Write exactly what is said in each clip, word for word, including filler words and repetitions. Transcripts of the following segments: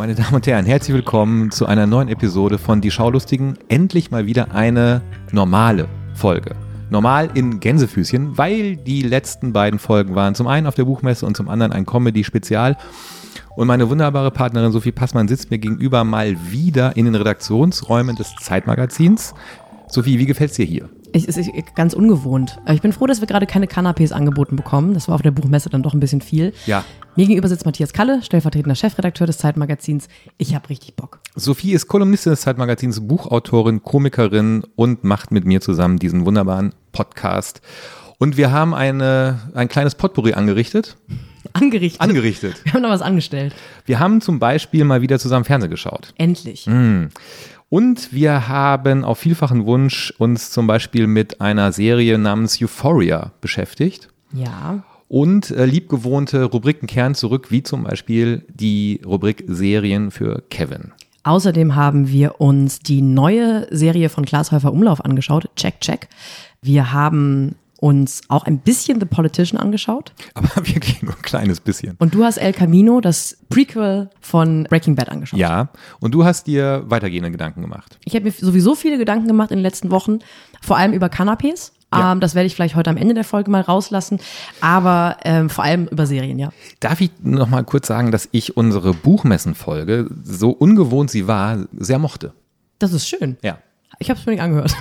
Meine Damen und Herren, herzlich willkommen zu einer neuen Episode von Die Schaulustigen. Endlich mal wieder eine normale Folge. Normal in Gänsefüßchen, weil die letzten beiden Folgen waren zum einen auf der Buchmesse und zum anderen ein Comedy-Spezial. Und meine wunderbare Partnerin Sophie Passmann sitzt mir gegenüber mal wieder in den Redaktionsräumen des Zeitmagazins. Sophie, wie gefällt's dir hier? Es ist ganz ungewohnt. Ich bin froh, dass wir gerade keine Canapés angeboten bekommen. Das war auf der Buchmesse dann doch ein bisschen viel. Ja. Mir gegenüber sitzt Matthias Kalle, stellvertretender Chefredakteur des Zeitmagazins. Ich habe richtig Bock. Sophie ist Kolumnistin des Zeitmagazins, Buchautorin, Komikerin und macht mit mir zusammen diesen wunderbaren Podcast. Und wir haben eine, ein kleines Potpourri angerichtet. Angerichtet? Angerichtet. Wir haben noch was angestellt. Wir haben zum Beispiel mal wieder zusammen Fernsehen geschaut. Endlich. Mm. Und wir haben auf vielfachen Wunsch uns zum Beispiel mit einer Serie namens Euphoria beschäftigt. Ja. Und äh, liebgewohnte Rubriken kehren zurück, wie zum Beispiel die Rubrik Serien für Kevin. Außerdem haben wir uns die neue Serie von Klaas Häufer Umlauf angeschaut, Check, Check. Wir haben uns auch ein bisschen The Politician angeschaut. Aber wirklich nur ein kleines bisschen. Und du hast El Camino, das Prequel von Breaking Bad, angeschaut. Ja, und du hast dir weitergehende Gedanken gemacht. Ich habe mir sowieso viele Gedanken gemacht in den letzten Wochen, vor allem über Canapés. Ja. Ähm, das werde ich vielleicht heute am Ende der Folge mal rauslassen, aber ähm, vor allem über Serien, ja. Darf ich noch mal kurz sagen, dass ich unsere Buchmessenfolge, so ungewohnt sie war, sehr mochte? Das ist schön. Ja. Ich habe es mir nicht angehört.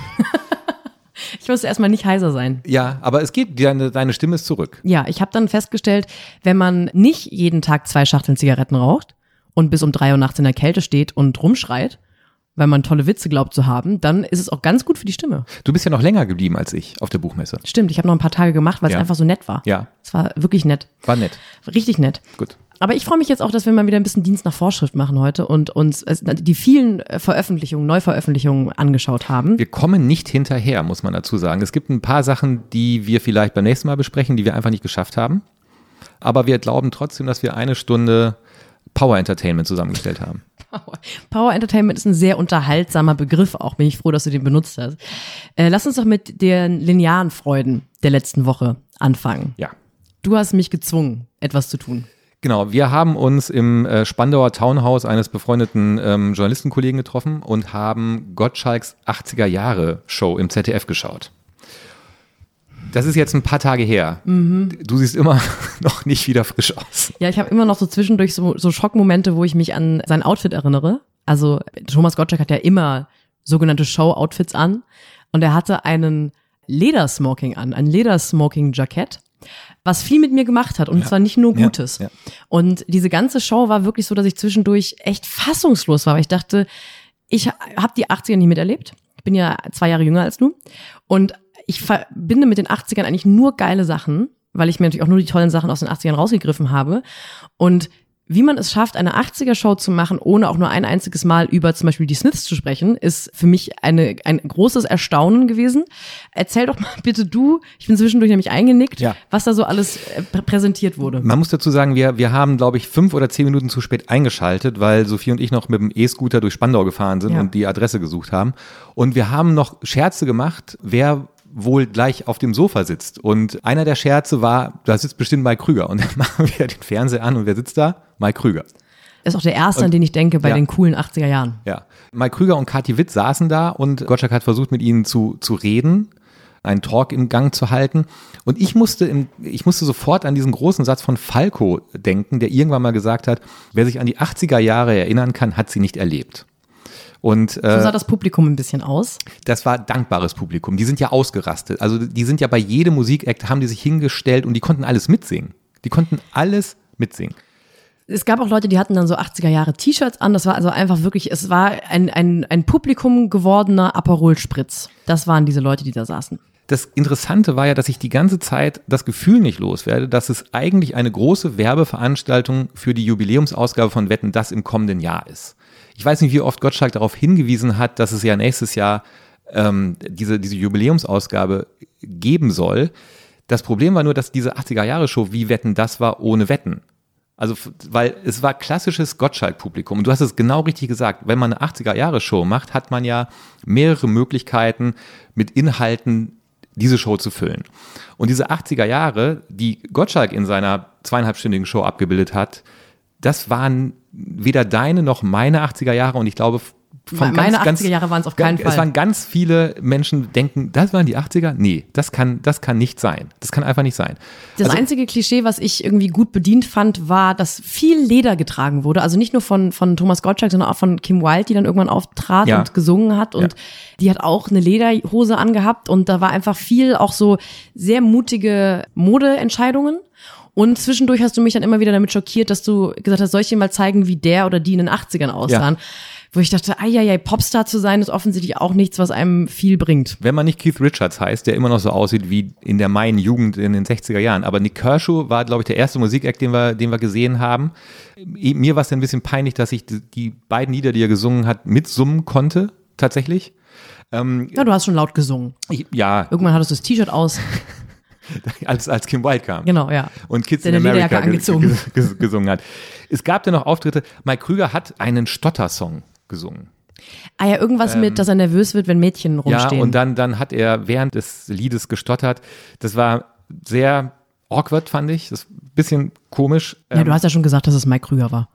Ich musste erstmal nicht heiser sein. Ja, aber es geht, deine, deine Stimme ist zurück. Ja, ich habe dann festgestellt, wenn man nicht jeden Tag zwei Schachteln Zigaretten raucht und bis um drei Uhr nachts in der Kälte steht und rumschreit, weil man tolle Witze glaubt zu haben, dann ist es auch ganz gut für die Stimme. Du bist ja noch länger geblieben als ich auf der Buchmesse. Stimmt, ich habe noch ein paar Tage gemacht, weil es Ja. einfach so nett war. Ja. Es war wirklich nett. War nett. Richtig nett. Gut. Aber ich freue mich jetzt auch, dass wir mal wieder ein bisschen Dienst nach Vorschrift machen heute und uns die vielen Veröffentlichungen, Neuveröffentlichungen angeschaut haben. Wir kommen nicht hinterher, muss man dazu sagen. Es gibt ein paar Sachen, die wir vielleicht beim nächsten Mal besprechen, die wir einfach nicht geschafft haben. Aber wir glauben trotzdem, dass wir eine Stunde Power Entertainment zusammengestellt haben. Power Entertainment ist ein sehr unterhaltsamer Begriff auch. Bin ich froh, dass du den benutzt hast. Äh, lass uns doch mit den linearen Freuden der letzten Woche anfangen. Ja. Du hast mich gezwungen, etwas zu tun. Genau, wir haben uns im äh, Spandauer Townhouse eines befreundeten ähm, Journalistenkollegen getroffen und haben Gottschalks achtziger-Jahre-Show im Z D F geschaut. Das ist jetzt ein paar Tage her. Mhm. Du siehst immer noch nicht wieder frisch aus. Ja, ich habe immer noch so zwischendurch so, so Schockmomente, wo ich mich an sein Outfit erinnere. Also Thomas Gottschalk hat ja immer sogenannte Show-Outfits an und er hatte einen Ledersmoking an, ein Ledersmoking-Jackett, was viel mit mir gemacht hat und ja. zwar nicht nur Gutes. Ja, ja. Und diese ganze Show war wirklich so, dass ich zwischendurch echt fassungslos war, weil ich dachte, ich habe die achtziger nicht miterlebt. Ich bin ja zwei Jahre jünger als du und ich verbinde mit den achtzigern eigentlich nur geile Sachen, weil ich mir natürlich auch nur die tollen Sachen aus den achtzigern rausgegriffen habe. Und wie man es schafft, eine achtziger-Show zu machen, ohne auch nur ein einziges Mal über zum Beispiel die Smiths zu sprechen, ist für mich eine, ein großes Erstaunen gewesen. Erzähl doch mal bitte du, ich bin zwischendurch nämlich eingenickt, ja. was da so alles prä- präsentiert wurde. Man muss dazu sagen, wir, wir haben, glaube ich, fünf oder zehn Minuten zu spät eingeschaltet, weil Sophie und ich noch mit dem E-Scooter durch Spandau gefahren sind ja. und die Adresse gesucht haben. Und wir haben noch Scherze gemacht, wer wohl gleich auf dem Sofa sitzt. Und einer der Scherze war, da sitzt bestimmt Mike Krüger. Und dann machen wir den Fernseher an und wer sitzt da? Mike Krüger. Das ist auch der erste, und, an den ich denke, bei ja. den coolen achtziger Jahren. Ja. Mike Krüger und Kathi Witt saßen da und Gottschalk hat versucht, mit ihnen zu, zu reden, einen Talk im Gang zu halten. Und ich musste, im, ich musste sofort an diesen großen Satz von Falco denken, der irgendwann mal gesagt hat, wer sich an die achtziger Jahre erinnern kann, hat sie nicht erlebt. Und, äh, so sah das Publikum ein bisschen aus. Das war dankbares Publikum. Die sind ja ausgerastet. Also die sind ja bei jedem Musikakt, haben die sich hingestellt und die konnten alles mitsingen. Die konnten alles mitsingen. Es gab auch Leute, die hatten dann so achtziger-Jahre-T-Shirts an. Das war also einfach wirklich, es war ein, ein, ein Publikum gewordener Aperol Spritz. Das waren diese Leute, die da saßen. Das Interessante war ja, dass ich die ganze Zeit das Gefühl nicht loswerde, dass es eigentlich eine große Werbeveranstaltung für die Jubiläumsausgabe von Wetten, das im kommenden Jahr ist. Ich weiß nicht, wie oft Gottschalk darauf hingewiesen hat, dass es ja nächstes Jahr ähm, diese, diese Jubiläumsausgabe geben soll. Das Problem war nur, dass diese achtziger-Jahre-Show wie Wetten, das war ohne Wetten. Also, weil es war klassisches Gottschalk-Publikum. Und du hast es genau richtig gesagt. Wenn man eine achtziger-Jahre-Show macht, hat man ja mehrere Möglichkeiten, mit Inhalten diese Show zu füllen. Und diese achtziger Jahre, die Gottschalk in seiner zweieinhalbstündigen Show abgebildet hat, das waren weder deine noch meine achtziger Jahre und ich glaube, von meine ganz, achtziger Jahre waren es auf keinen ganz, Fall. Es waren ganz viele Menschen, denken, das waren die achtziger? Nee, das kann, das kann nicht sein. Das kann einfach nicht sein. Das also, einzige Klischee, was ich irgendwie gut bedient fand, war, dass viel Leder getragen wurde. Also nicht nur von, von Thomas Gottschalk, sondern auch von Kim Wilde, die dann irgendwann auftrat ja. und gesungen hat. Und ja. die hat auch eine Lederhose angehabt. Und da war einfach viel auch so sehr mutige Modeentscheidungen. Und zwischendurch hast du mich dann immer wieder damit schockiert, dass du gesagt hast, soll ich dir mal zeigen, wie der oder die in den achtzigern aussahen. Ja. Wo ich dachte, ai, Popstar zu sein, ist offensichtlich auch nichts, was einem viel bringt. Wenn man nicht Keith Richards heißt, der immer noch so aussieht wie in der meinen Jugend in den sechziger Jahren. Aber Nick Kershaw war, glaube ich, der erste Musikact, den wir, den wir gesehen haben. Mir war es ein bisschen peinlich, dass ich die beiden Lieder, die er gesungen hat, mitsummen konnte, tatsächlich. Ähm, ja, du hast schon laut gesungen. Ich, ja. Irgendwann hattest du das T-Shirt aus. Als, als Kim Wilde kam. Genau, ja. Und Kids in America angezogen. Ges- gesungen hat. Es gab dann noch Auftritte. Mike Krüger hat einen Stotter-Song gesungen. Ah ja, irgendwas ähm, mit, dass er nervös wird, wenn Mädchen rumstehen. Ja, und dann, dann hat er während des Liedes gestottert. Das war sehr awkward, fand ich. Das ist ein bisschen komisch. Ja, du hast ja schon gesagt, dass es Mike Krüger war.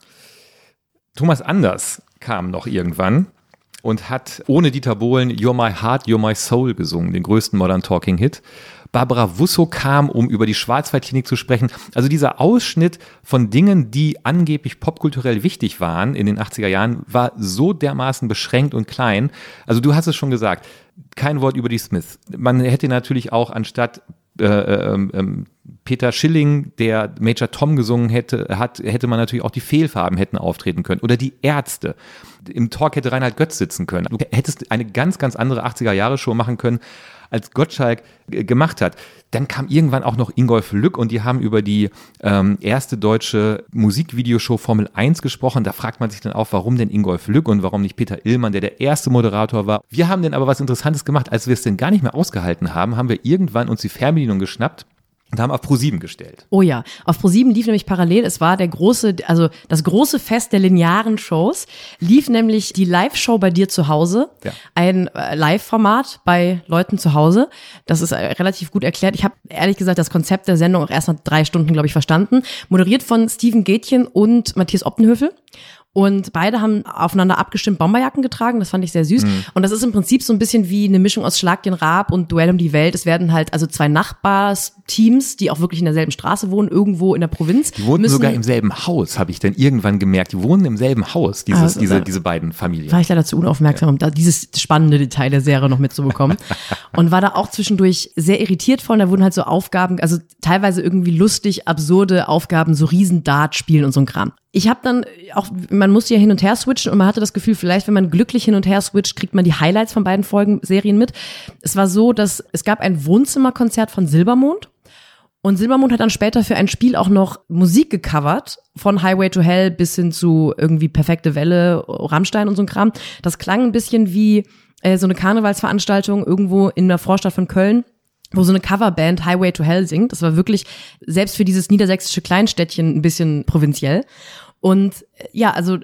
Thomas Anders kam noch irgendwann und hat ohne Dieter Bohlen You're My Heart, You're My Soul gesungen, den größten Modern Talking Hit. Barbara Wusso kam, um über die Schwarzwaldklinik zu sprechen. Also dieser Ausschnitt von Dingen, die angeblich popkulturell wichtig waren in den achtziger Jahren, war so dermaßen beschränkt und klein. Also du hast es schon gesagt, kein Wort über die Smiths. Man hätte natürlich auch anstatt äh, äh, äh, Peter Schilling, der Major Tom gesungen hätte, hat, hätte man natürlich auch die Fehlfarben hätten auftreten können oder die Ärzte. Im Talk hätte Reinhard Götz sitzen können. Du hättest eine ganz, ganz andere achtziger-Jahre-Show machen können, als Gottschalk g- gemacht hat. Dann kam irgendwann auch noch Ingolf Lück und die haben über die ähm, erste deutsche Musikvideoshow Formel eins gesprochen. Da fragt man sich dann auch, warum denn Ingolf Lück und warum nicht Peter Illmann, der der erste Moderator war. Wir haben dann aber was Interessantes gemacht. Als wir es denn gar nicht mehr ausgehalten haben, haben wir irgendwann uns die Fernbedienung geschnappt und haben auf ProSieben gestellt. Oh ja, auf ProSieben lief nämlich parallel, es war der große, also das große Fest der linearen Shows, lief nämlich die Live-Show bei dir zu Hause, ja. ein äh, Live-Format bei Leuten zu Hause. Das ist äh, relativ gut erklärt. Ich habe ehrlich gesagt das Konzept der Sendung auch erst nach drei Stunden, glaube ich, verstanden. Moderiert von Steven Gätchen und Matthias Optenhöfel. Und beide haben aufeinander abgestimmt Bomberjacken getragen, das fand ich sehr süß. Mhm. Und das ist im Prinzip so ein bisschen wie eine Mischung aus Schlag den Raab und Duell um die Welt. Es werden halt also zwei Nachbarsteams, die auch wirklich in derselben Straße wohnen, irgendwo in der Provinz. Die wohnen sogar im selben Haus, habe ich dann irgendwann gemerkt. Die wohnen im selben Haus, dieses, also, diese, diese beiden Familien. War ich leider zu unaufmerksam, um da dieses spannende Detail der Serie noch mitzubekommen. Und war da auch zwischendurch sehr irritiert von. Da wurden halt so Aufgaben, also teilweise irgendwie lustig, absurde Aufgaben, so riesen Dart spielen und so ein Kram. Ich habe dann auch, man musste ja hin und her switchen und man hatte das Gefühl, vielleicht wenn man glücklich hin und her switcht, kriegt man die Highlights von beiden Folgen, Serien mit. Es war so, dass es gab ein Wohnzimmerkonzert von Silbermond und Silbermond hat dann später für ein Spiel auch noch Musik gecovert, von Highway to Hell bis hin zu irgendwie Perfekte Welle, Rammstein und so ein Kram. Das klang ein bisschen wie äh, so eine Karnevalsveranstaltung irgendwo in der Vorstadt von Köln, wo so eine Coverband Highway to Hell singt. Das war wirklich selbst für dieses niedersächsische Kleinstädtchen ein bisschen provinziell. Und ja, also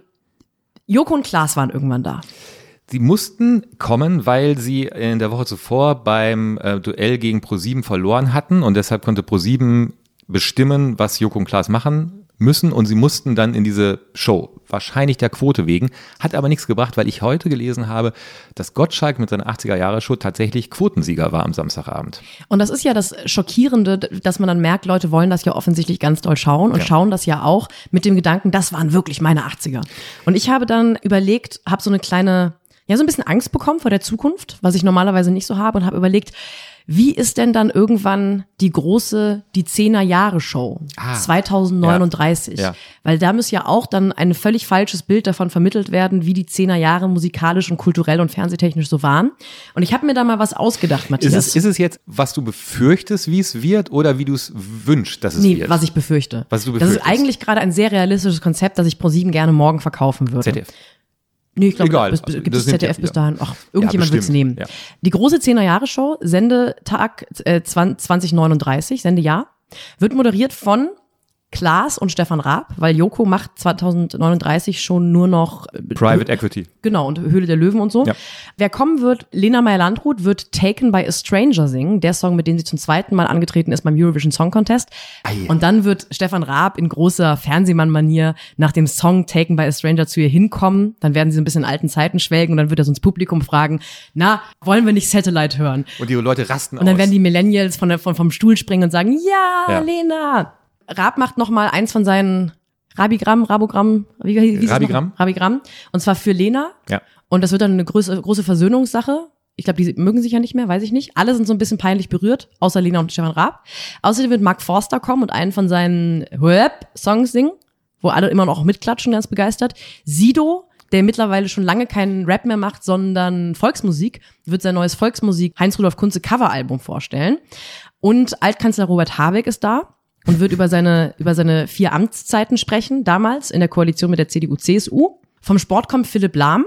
Joko und Klaas waren irgendwann da. Sie mussten kommen, weil sie in der Woche zuvor beim äh, Duell gegen ProSieben verloren hatten und deshalb konnte ProSieben bestimmen, was Joko und Klaas machen müssen und sie mussten dann in diese Show, wahrscheinlich der Quote wegen, hat aber nichts gebracht, weil ich heute gelesen habe, dass Gottschalk mit seiner achtziger-Jahre-Show tatsächlich Quotensieger war am Samstagabend. Und das ist ja das Schockierende, dass man dann merkt, Leute wollen das ja offensichtlich ganz doll schauen und ja. schauen das ja auch mit dem Gedanken, das waren wirklich meine achtziger. Und ich habe dann überlegt, habe so eine kleine, ja so ein bisschen Angst bekommen vor der Zukunft, was ich normalerweise nicht so habe und habe überlegt, wie ist denn dann irgendwann die große, die Zehner-Jahre-Show ah, zweitausendneununddreißig? Ja, ja. Weil da muss ja auch dann ein völlig falsches Bild davon vermittelt werden, wie die Zehner-Jahre musikalisch und kulturell und fernsehtechnisch so waren. Und ich habe mir da mal was ausgedacht, Matthias. Ist es, ist es jetzt, was du befürchtest, wie es wird, oder wie du es wünschst, dass es nee, wird? was ich befürchte. Was du befürchtest. Das ist eigentlich gerade ein sehr realistisches Konzept, das ich ProSieben gerne morgen verkaufen würde. Z D F. Nee, ich glaube, Egal. bis, bis, gibt es Z D F ja, bis dahin? Ach, irgendjemand ja, wird es nehmen. Ja. Die große Zehner-Jahre-Show, Sendetag äh, zwanzig neununddreißig, Sendejahr, wird moderiert von Klaas und Stefan Raab, weil Joko macht zwanzig neununddreißig schon nur noch Private Equity. Genau, und Höhle der Löwen und so. Ja. Wer kommen wird, Lena Meyer-Landrut wird Taken by a Stranger singen, der Song, mit dem sie zum zweiten Mal angetreten ist beim Eurovision Song Contest. Ei. Und dann wird Stefan Raab in großer Fernsehmann-Manier nach dem Song Taken by a Stranger zu ihr hinkommen. Dann werden sie so ein bisschen in alten Zeiten schwelgen und dann wird er so ins Publikum fragen, na, wollen wir nicht Satellite hören? Und die Leute rasten aus. Und dann werden die Millennials von der, von, vom Stuhl springen und sagen, ja, Ja. Lena. Raab macht noch mal eins von seinen Rabigramm, Rabogramm, wie, wie hieß es Rabigramm. noch? Rabigramm. Und zwar für Lena. Ja. Und das wird dann eine große, große Versöhnungssache. Ich glaube, die mögen sich ja nicht mehr, weiß ich nicht. Alle sind so ein bisschen peinlich berührt, außer Lena und Stefan Raab. Außerdem wird Mark Forster kommen und einen von seinen Rap-Songs singen, wo alle immer noch mitklatschen, ganz begeistert. Sido, der mittlerweile schon lange keinen Rap mehr macht, sondern Volksmusik, wird sein neues Volksmusik Heinz-Rudolf Kunze Coveralbum vorstellen. Und Altkanzler Robert Habeck ist da und wird über seine, über seine vier Amtszeiten sprechen, damals in der Koalition mit der C D U C S U. Vom Sport kommt Philipp Lahm,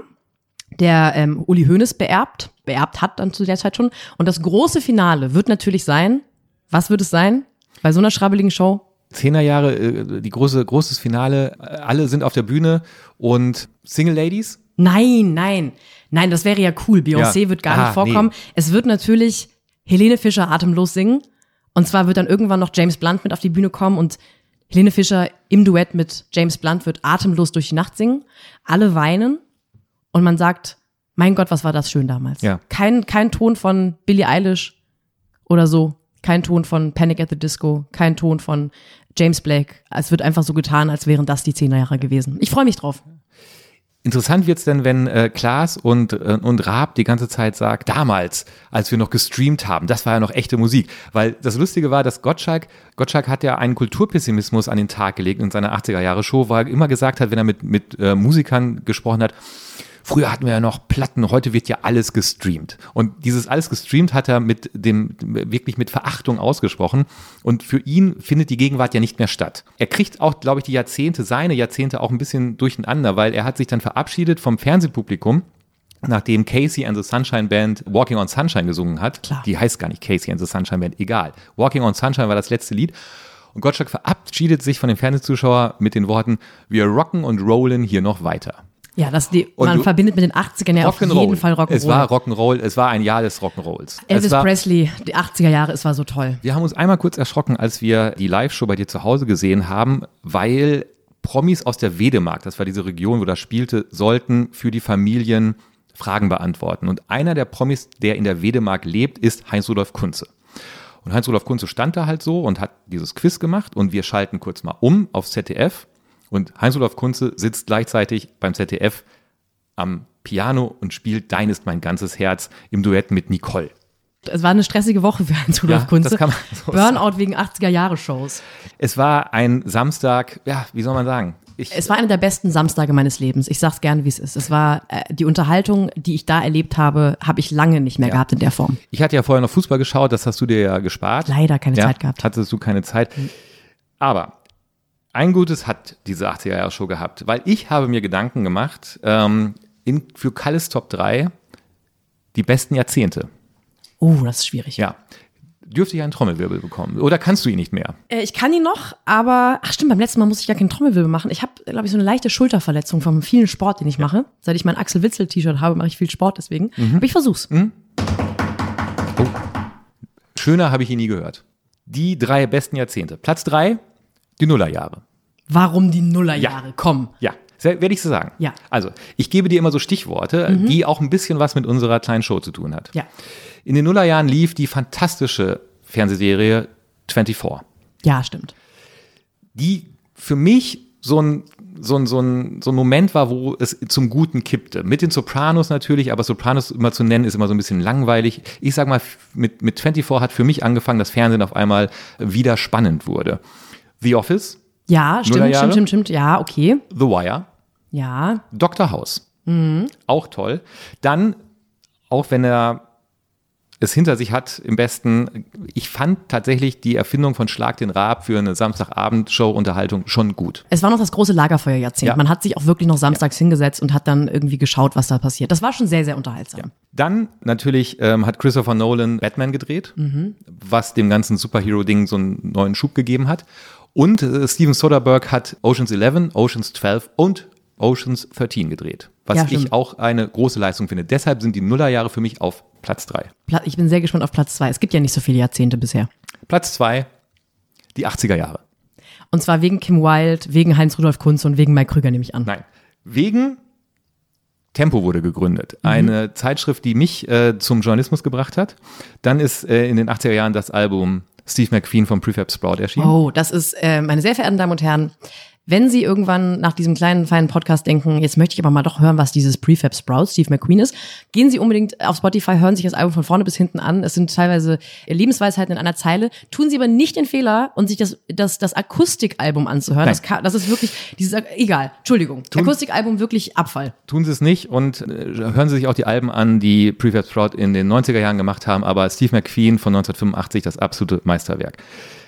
der ähm, Uli Hoeneß beerbt, beerbt hat dann zu der Zeit schon. Und das große Finale wird natürlich sein, was wird es sein bei so einer schrabbeligen Show? Zehnerjahre, äh, die große, großes Finale, äh, alle sind auf der Bühne und Single Ladies? Nein, nein, nein, das wäre ja cool. Beyoncé Ja. wird gar Ah, nicht vorkommen. nee. Es wird natürlich Helene Fischer atemlos singen. Und zwar wird dann irgendwann noch James Blunt mit auf die Bühne kommen und Helene Fischer im Duett mit James Blunt wird atemlos durch die Nacht singen. Alle weinen und man sagt, mein Gott, was war das schön damals. Ja. Kein, kein Ton von Billie Eilish oder so. Kein Ton von Panic at the Disco. Kein Ton von James Blake. Es wird einfach so getan, als wären das die Zehnerjahre gewesen. Ich freue mich drauf. Interessant wird's denn, wenn äh, Klaas und, äh, und Raab die ganze Zeit sagt, damals, als wir noch gestreamt haben, das war ja noch echte Musik. Weil das Lustige war, dass Gottschalk, Gottschalk hat ja einen Kulturpessimismus an den Tag gelegt in seiner achtziger-Jahre-Show, wo er immer gesagt hat, wenn er mit, mit äh, Musikern gesprochen hat, früher hatten wir ja noch Platten, heute wird ja alles gestreamt. Und dieses alles gestreamt hat er mit dem, wirklich mit Verachtung ausgesprochen. Und für ihn findet die Gegenwart ja nicht mehr statt. Er kriegt auch, glaube ich, die Jahrzehnte, seine Jahrzehnte auch ein bisschen durcheinander, weil er hat sich dann verabschiedet vom Fernsehpublikum, nachdem Casey and the Sunshine Band Walking on Sunshine gesungen hat. Klar. Die heißt gar nicht Casey and the Sunshine Band, egal. Walking on Sunshine war das letzte Lied. Und Gottschalk verabschiedet sich von den Fernsehzuschauern mit den Worten, wir rocken und rollen hier noch weiter. Ja, das die, Und man du- verbindet mit den achtzigern ja auf Rock'n'Roll. jeden Fall Rock'n'Roll. Es war Rock'n'Roll, es war ein Jahr des Rock'n'Rolls. Elvis Es war, Presley, die achtziger Jahre, es war so toll. wir haben uns einmal kurz erschrocken, als wir die Live-Show bei dir zu Hause gesehen haben, weil Promis aus der Wedemark, das war diese Region, wo das spielte, sollten für die Familien Fragen beantworten. Und einer der Promis, der in der Wedemark lebt, ist Heinz-Rudolf Kunze. Und Heinz-Rudolf Kunze stand da halt so und hat dieses Quiz gemacht und wir schalten kurz mal um aufs Z D F und Heinz-Rudolf Kunze sitzt gleichzeitig beim Z D F am Piano und spielt Dein ist mein ganzes Herz im Duett mit Nicole. Es war eine stressige Woche für Heinz-Rudolf Ja, Kunze. das kann man so Burnout wegen achtziger-Jahre-Shows. Es war ein Samstag, ja, wie soll man sagen? Ich, Es war einer der besten Samstage meines Lebens. Ich sag's gerne, wie es ist. Es war äh, die Unterhaltung, die ich da erlebt habe, habe ich lange nicht mehr Ja. gehabt in der Form. ich hatte ja vorher noch Fußball geschaut, das hast du dir ja gespart. Leider keine ja, Zeit gehabt. Hattest du keine Zeit. Aber ein Gutes hat diese achtziger-Jahre-Show gehabt, weil ich habe mir Gedanken gemacht, ähm, in, für Kalles Top drei die besten Jahrzehnte. Oh, das ist schwierig. Ja. Dürfte ich einen Trommelwirbel bekommen? Oder kannst du ihn nicht mehr? Äh, ich kann ihn noch, aber ach stimmt, beim letzten Mal musste ich ja keinen Trommelwirbel machen. Ich habe, glaube ich, so eine leichte Schulterverletzung vom vielen Sport, den ich mache. Seit ich mein Axel Witzel T-Shirt habe, mache ich viel Sport deswegen. Mhm. Aber ich versuch's. Schöner habe ich ihn nie gehört. Die drei besten Jahrzehnte. Platz drei, die Nullerjahre. Warum die Nullerjahre? Ja. Komm. Ja, sehr- werde ich so sagen. Ja. Also, ich gebe dir immer so Stichworte, die auch ein bisschen was mit unserer kleinen Show zu tun hat. Ja. In den Nullerjahren lief die fantastische Fernsehserie vierundzwanzig, Ja, stimmt. die für mich so ein, so ein, so ein, so ein Moment war, wo es zum Guten kippte. Mit den Sopranos natürlich, aber Sopranos immer zu nennen, ist immer so ein bisschen langweilig. Ich sag mal, mit, mit vierundzwanzig hat für mich angefangen, dass Fernsehen auf einmal wieder spannend wurde. The Office, Ja, stimmt, Nullerjahre? stimmt, stimmt, stimmt. Ja, okay. The Wire, Ja. Doktor House. Auch toll. Dann, auch wenn er es hinter sich hat, im besten, ich fand tatsächlich die Erfindung von Schlag den Raab für eine Samstagabend-Show-Unterhaltung schon gut. Es war noch das große Lagerfeuerjahrzehnt. Ja. Man hat sich auch wirklich noch samstags hingesetzt und hat dann irgendwie geschaut, was da passiert. Das war schon sehr, sehr unterhaltsam. Dann natürlich ähm, hat Christopher Nolan Batman gedreht, was dem ganzen Superhero-Ding so einen neuen Schub gegeben hat. Und äh, Steven Soderbergh hat Ocean's eleven, Ocean's zwölf und Ocean's dreizehn gedreht, was Ja, ich stimmt. auch eine große Leistung finde. Deshalb sind die Nullerjahre für mich auf Platz drei. Pla- Ich bin sehr gespannt auf Platz zwei. Es gibt ja nicht so viele Jahrzehnte bisher. Platz zwei, die achtziger Jahre. Und zwar wegen Kim Wilde, wegen Heinz-Rudolf Kunz und wegen Mike Krüger, nehme ich an. Nein, wegen Tempo wurde gegründet. Mhm. Eine Zeitschrift, die mich äh, zum Journalismus gebracht hat. Dann ist äh, in den achtziger Jahren das Album Steve McQueen von Prefab Sprout erschienen. Oh, das ist, äh, meine sehr verehrten Damen und Herren, wenn Sie irgendwann nach diesem kleinen, feinen Podcast denken, jetzt möchte ich aber mal doch hören, was dieses Prefab Sprout, Steve McQueen ist, gehen Sie unbedingt auf Spotify, hören sich das Album von vorne bis hinten an. Es sind teilweise Lebensweisheiten in einer Zeile. Tun Sie aber nicht den Fehler, und sich das, das, das Akustikalbum anzuhören. Das, ka- das ist wirklich, dieses, egal, Entschuldigung, Tun- Akustikalbum wirklich Abfall. Tun Sie es nicht und äh, hören Sie sich auch die Alben an, die Prefab Sprout in den neunziger Jahren gemacht haben, aber Steve McQueen von neunzehnhundertfünfundachtzig, das absolute Meisterwerk.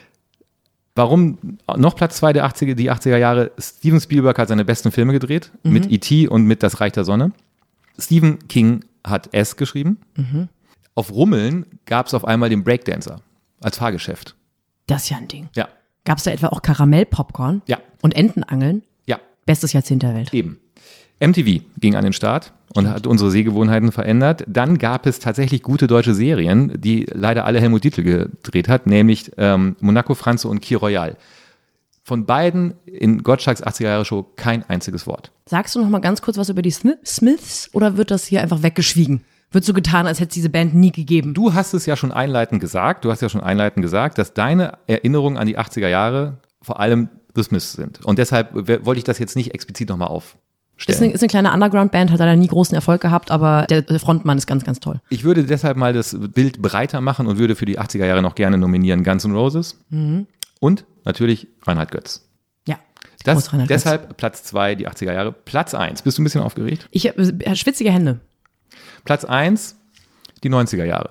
Warum noch Platz zwei der achtziger, die achtziger Jahre? Steven Spielberg hat seine besten Filme gedreht, Mhm. mit E T und mit Das Reich der Sonne. Stephen King hat S geschrieben. Mhm. Auf Rummeln gab es auf einmal den Breakdancer als Fahrgeschäft. Das ist ja ein Ding. Ja, Gab es da etwa auch Karamellpopcorn? ja, Und Entenangeln? ja, Bestes Jahrzehnt der Welt. eben. M T V ging an den Start und hat unsere Sehgewohnheiten verändert. Dann gab es tatsächlich gute deutsche Serien, die leider alle Helmut Dietl gedreht hat, nämlich ähm, Monaco Franze und Key Royal. Von beiden in Gottschalks achtziger-Jahre-Show kein einziges Wort. Sagst du noch mal ganz kurz was über die Smith- Smiths oder wird das hier einfach weggeschwiegen? Wird so getan, als hätte es diese Band nie gegeben? Du hast es ja schon einleitend gesagt, du hast ja schon einleitend gesagt, dass deine Erinnerungen an die achtziger Jahre vor allem The Smiths sind. Und deshalb w- wollte ich das jetzt nicht explizit nochmal aufstellen. Ist eine, ist eine kleine Underground-Band, hat leider nie großen Erfolg gehabt, aber der der Frontmann ist ganz, ganz toll. Ich würde deshalb mal das Bild breiter machen und würde für die achtziger Jahre noch gerne nominieren Guns N' Roses und natürlich Reinhard Götz. Ja. Das, Groß Reinhard Götz. deshalb Platz zwei, die achtziger Jahre. Platz eins, bist du ein bisschen aufgeregt? Ich habe äh, schwitzige Hände. Platz eins, die neunziger Jahre.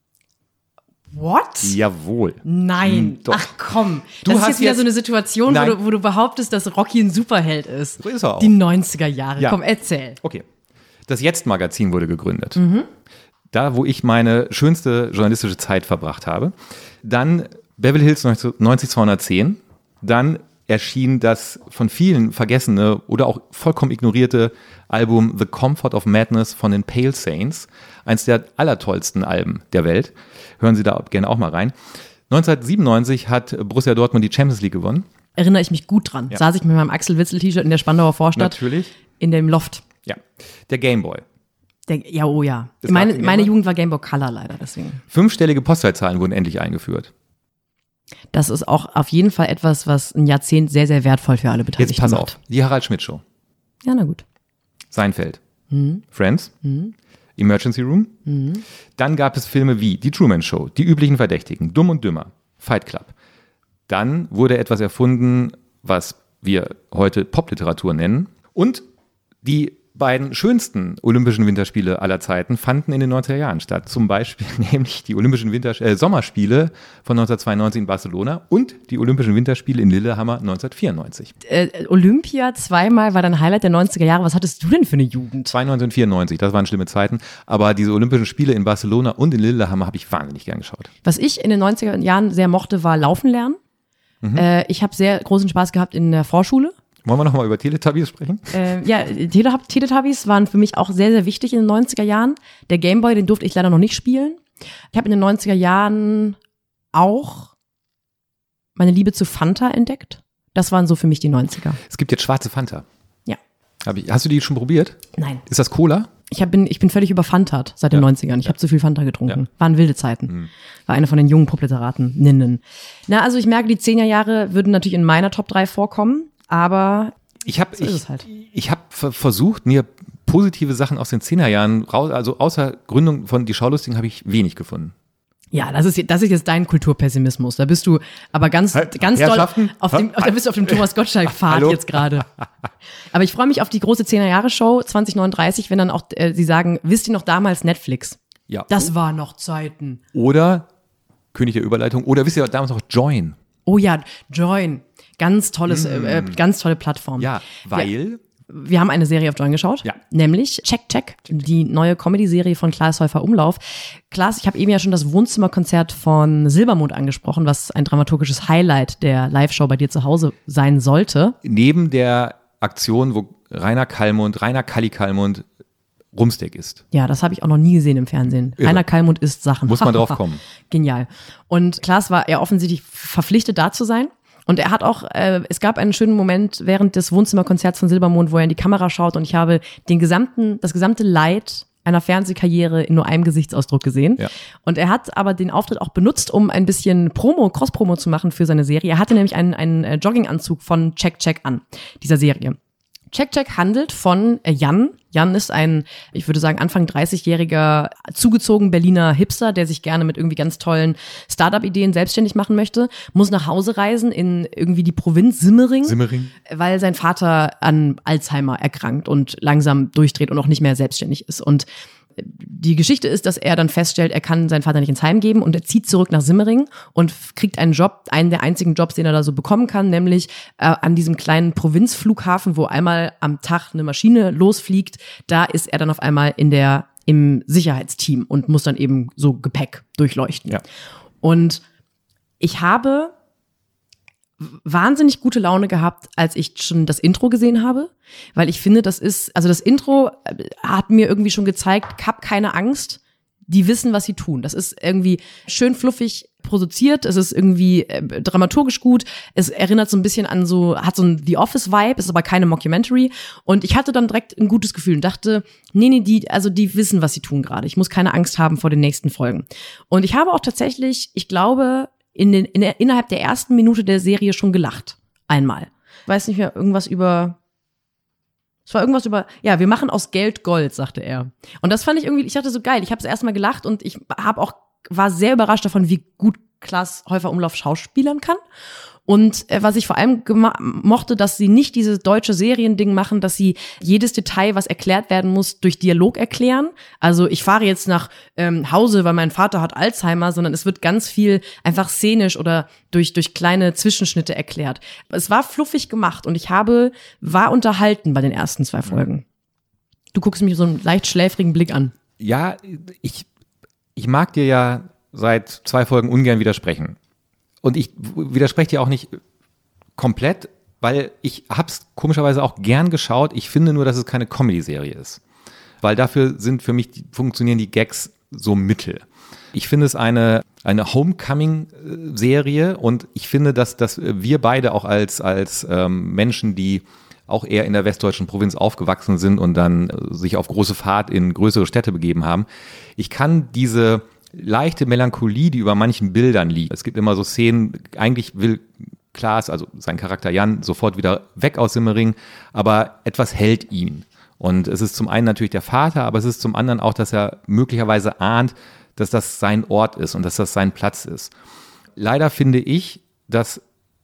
What? Jawohl. Nein. Hm, doch. Ach komm. Du Das ist hast jetzt wieder jetzt- so eine Situation, wo Nein. du, wo du behauptest, dass Rocky ein Superheld ist. So ist er auch. Die neunziger Jahre. Ja. Komm, erzähl. Okay. Das Jetzt-Magazin wurde gegründet. Da, wo ich meine schönste journalistische Zeit verbracht habe. Dann Beverly Hills neunzig zweihundertzehn. Dann erschien das von vielen vergessene oder auch vollkommen ignorierte Album The Comfort of Madness von den Pale Saints. Eins der allertollsten Alben der Welt. Hören Sie da gerne auch mal rein. neunzehnhundertsiebenundneunzig hat Borussia Dortmund die Champions League gewonnen. Erinnere ich mich gut dran. Ja. Saß ich mit meinem Axel Witzel-T-Shirt in der Spandauer Vorstadt. Natürlich. In dem Loft. Ja. Der Gameboy. Der, ja, oh ja. Das Meine, gab's meine immer? Jugend war Game Boy Color leider, deswegen. Fünfstellige Postleitzahlen wurden endlich eingeführt. Das ist auch auf jeden Fall etwas, was ein Jahrzehnt sehr, sehr wertvoll für alle Beteiligten Jetzt pass macht. auf. Die Harald Schmidt Show. Ja, na gut. Seinfeld. Mhm. Friends. Emergency Room. Dann gab es Filme wie Die Truman Show, Die üblichen Verdächtigen, Dumm und Dümmer, Fight Club. Dann wurde etwas erfunden, was wir heute Popliteratur nennen. Und die beiden schönsten Olympischen Winterspiele aller Zeiten fanden in den neunziger Jahren statt. Zum Beispiel nämlich die Olympischen Winter äh, Sommerspiele von neunzehnhundertzweiundneunzig in Barcelona und die Olympischen Winterspiele in Lillehammer neunzehnhundertvierundneunzig. Äh, Olympia zweimal war dein Highlight der neunziger Jahre. Was hattest du denn für eine Jugend? zweiundneunzig und vierundneunzig, das waren schlimme Zeiten. Aber diese Olympischen Spiele in Barcelona und in Lillehammer habe ich wahnsinnig gern geschaut. Was ich in den neunziger Jahren sehr mochte, war Laufen lernen. Mhm. Äh, ich habe sehr großen Spaß gehabt in der Vorschule. Wollen wir nochmal über Teletubbies sprechen? Äh, ja, Tele- Teletubbies waren für mich auch sehr, sehr wichtig in den neunziger Jahren. Der Gameboy, den durfte ich leider noch nicht spielen. Ich habe in den neunziger Jahren auch meine Liebe zu Fanta entdeckt. Das waren so für mich die neunziger. Es gibt jetzt schwarze Fanta. Ja. Hab ich, hast du die schon probiert? Nein. Ist das Cola? Ich, hab, bin, ich bin völlig überfantat seit den Ja. neunzigern. Ich habe zu viel Fanta getrunken. Ja. Waren wilde Zeiten. War eine von den jungen Proletariaten-Ninnen. Na, also ich merke, die zehner Jahre würden natürlich in meiner Top drei vorkommen, aber Ich habe So ist ich, es halt. ich hab ver- versucht, mir positive Sachen aus den Zehnerjahren raus, also außer Gründung von Die Schaulustigen habe ich wenig gefunden. ja, das ist, das ist jetzt dein Kulturpessimismus. Da bist du aber ganz, Halt, ganz doll Herrschaften, auf dem, da bist du auf dem Thomas Gottschalk-Pfad Hallo? jetzt gerade. Aber ich freue mich auf die große zehner-Jahre-Show zwanzig neununddreißig, wenn dann auch äh, sie sagen, wisst ihr noch damals Netflix? Ja. Das war noch Zeiten. Oder König der Überleitung. Oder wisst ihr damals noch Join? Oh ja, Join. Ganz tolles, äh, äh, ganz tolle Plattform. Ja, weil Wir haben eine Serie auf Join geschaut, ja. nämlich Check Check, die neue Comedy-Serie von Klaas Häufer Umlauf. Klaas, ich habe eben ja schon das Wohnzimmerkonzert von Silbermond angesprochen, was ein dramaturgisches Highlight der Live-Show bei dir zu Hause sein sollte. Neben der Aktion, wo Rainer Kallmund, Rainer Kalli Kallmund Rumsteak isst. Ja, das habe ich auch noch nie gesehen im Fernsehen. Irre. Rainer Kallmund isst Sachen. Muss man drauf kommen. Genial. Und Klaas war ja offensichtlich verpflichtet, da zu sein. Und er hat auch, äh, es gab einen schönen Moment während des Wohnzimmerkonzerts von Silbermond, wo er in die Kamera schaut und ich habe den gesamten, das gesamte Leid einer Fernsehkarriere in nur einem Gesichtsausdruck gesehen. Ja. Und er hat aber den Auftritt auch benutzt, um ein bisschen Promo, Cross-Promo zu machen für seine Serie. Er hatte nämlich einen, einen Jogginganzug von Check Check an, dieser Serie. Check Check handelt von Jan. Jan ist ein, ich würde sagen, Anfang dreißigjähriger, zugezogen Berliner Hipster, der sich gerne mit irgendwie ganz tollen Startup-Ideen selbstständig machen möchte, muss nach Hause reisen in irgendwie die Provinz Simmering, Simmering, weil sein Vater an Alzheimer erkrankt und langsam durchdreht und auch nicht mehr selbstständig ist. Und die Geschichte ist, dass er dann feststellt, er kann seinen Vater nicht ins Heim geben und er zieht zurück nach Simmering und kriegt einen Job, einen der einzigen Jobs, den er da so bekommen kann, nämlich äh, an diesem kleinen Provinzflughafen, wo einmal am Tag eine Maschine losfliegt. Da ist er dann auf einmal in der im Sicherheitsteam und muss dann eben so Gepäck durchleuchten. Ja. Und ich habe wahnsinnig gute Laune gehabt, als ich schon das Intro gesehen habe, weil ich finde, das ist, also das Intro hat mir irgendwie schon gezeigt, hab keine Angst, die wissen, was sie tun. Das ist irgendwie schön fluffig produziert, es ist irgendwie äh, dramaturgisch gut, es erinnert so ein bisschen an so, hat so ein The Office-Vibe, ist aber keine Mockumentary und ich hatte dann direkt ein gutes Gefühl und dachte, nee, nee, die, also die wissen, was sie tun gerade. Ich muss keine Angst haben vor den nächsten Folgen. Und ich habe auch tatsächlich, ich glaube, in den, in der, innerhalb der ersten Minute der Serie schon gelacht. Einmal. Ich weiß nicht mehr, irgendwas über, es war irgendwas über, ja, wir machen aus Geld Gold, sagte er. Und das fand ich irgendwie, ich dachte so geil, ich habe es erstmal gelacht und ich habe auch, war sehr überrascht davon, wie gut Klaas Häufer Umlauf schauspielern kann. Und äh, was ich vor allem gema- mochte, dass sie nicht dieses deutsche Seriending machen, dass sie jedes Detail, was erklärt werden muss, durch Dialog erklären. Also ich fahre jetzt nach ähm, Hause, weil mein Vater hat Alzheimer, sondern es wird ganz viel einfach szenisch oder durch durch kleine Zwischenschnitte erklärt. Es war fluffig gemacht und ich habe war unterhalten bei den ersten zwei Folgen. Du guckst mich mit so einem leicht schläfrigen Blick an. Ja, ich ich mag dir ja seit zwei Folgen ungern widersprechen. Und ich widerspreche dir auch nicht komplett, weil ich hab's komischerweise auch gern geschaut. Ich finde nur, dass es keine Comedy-Serie ist. Weil dafür sind für mich, funktionieren die Gags so mittel. Ich finde es eine, eine Homecoming-Serie und ich finde, dass, dass wir beide auch als, als ähm, Menschen, die auch eher in der westdeutschen Provinz aufgewachsen sind und dann sich auf große Fahrt in größere Städte begeben haben. Ich kann diese leichte Melancholie, die über manchen Bildern liegt. Es gibt immer so Szenen, eigentlich will Klaas, also sein Charakter Jan, sofort wieder weg aus Simmering, aber etwas hält ihn. Und es ist zum einen natürlich der Vater, aber es ist zum anderen auch, dass er möglicherweise ahnt, dass das sein Ort ist und dass das sein Platz ist. Leider finde ich, dass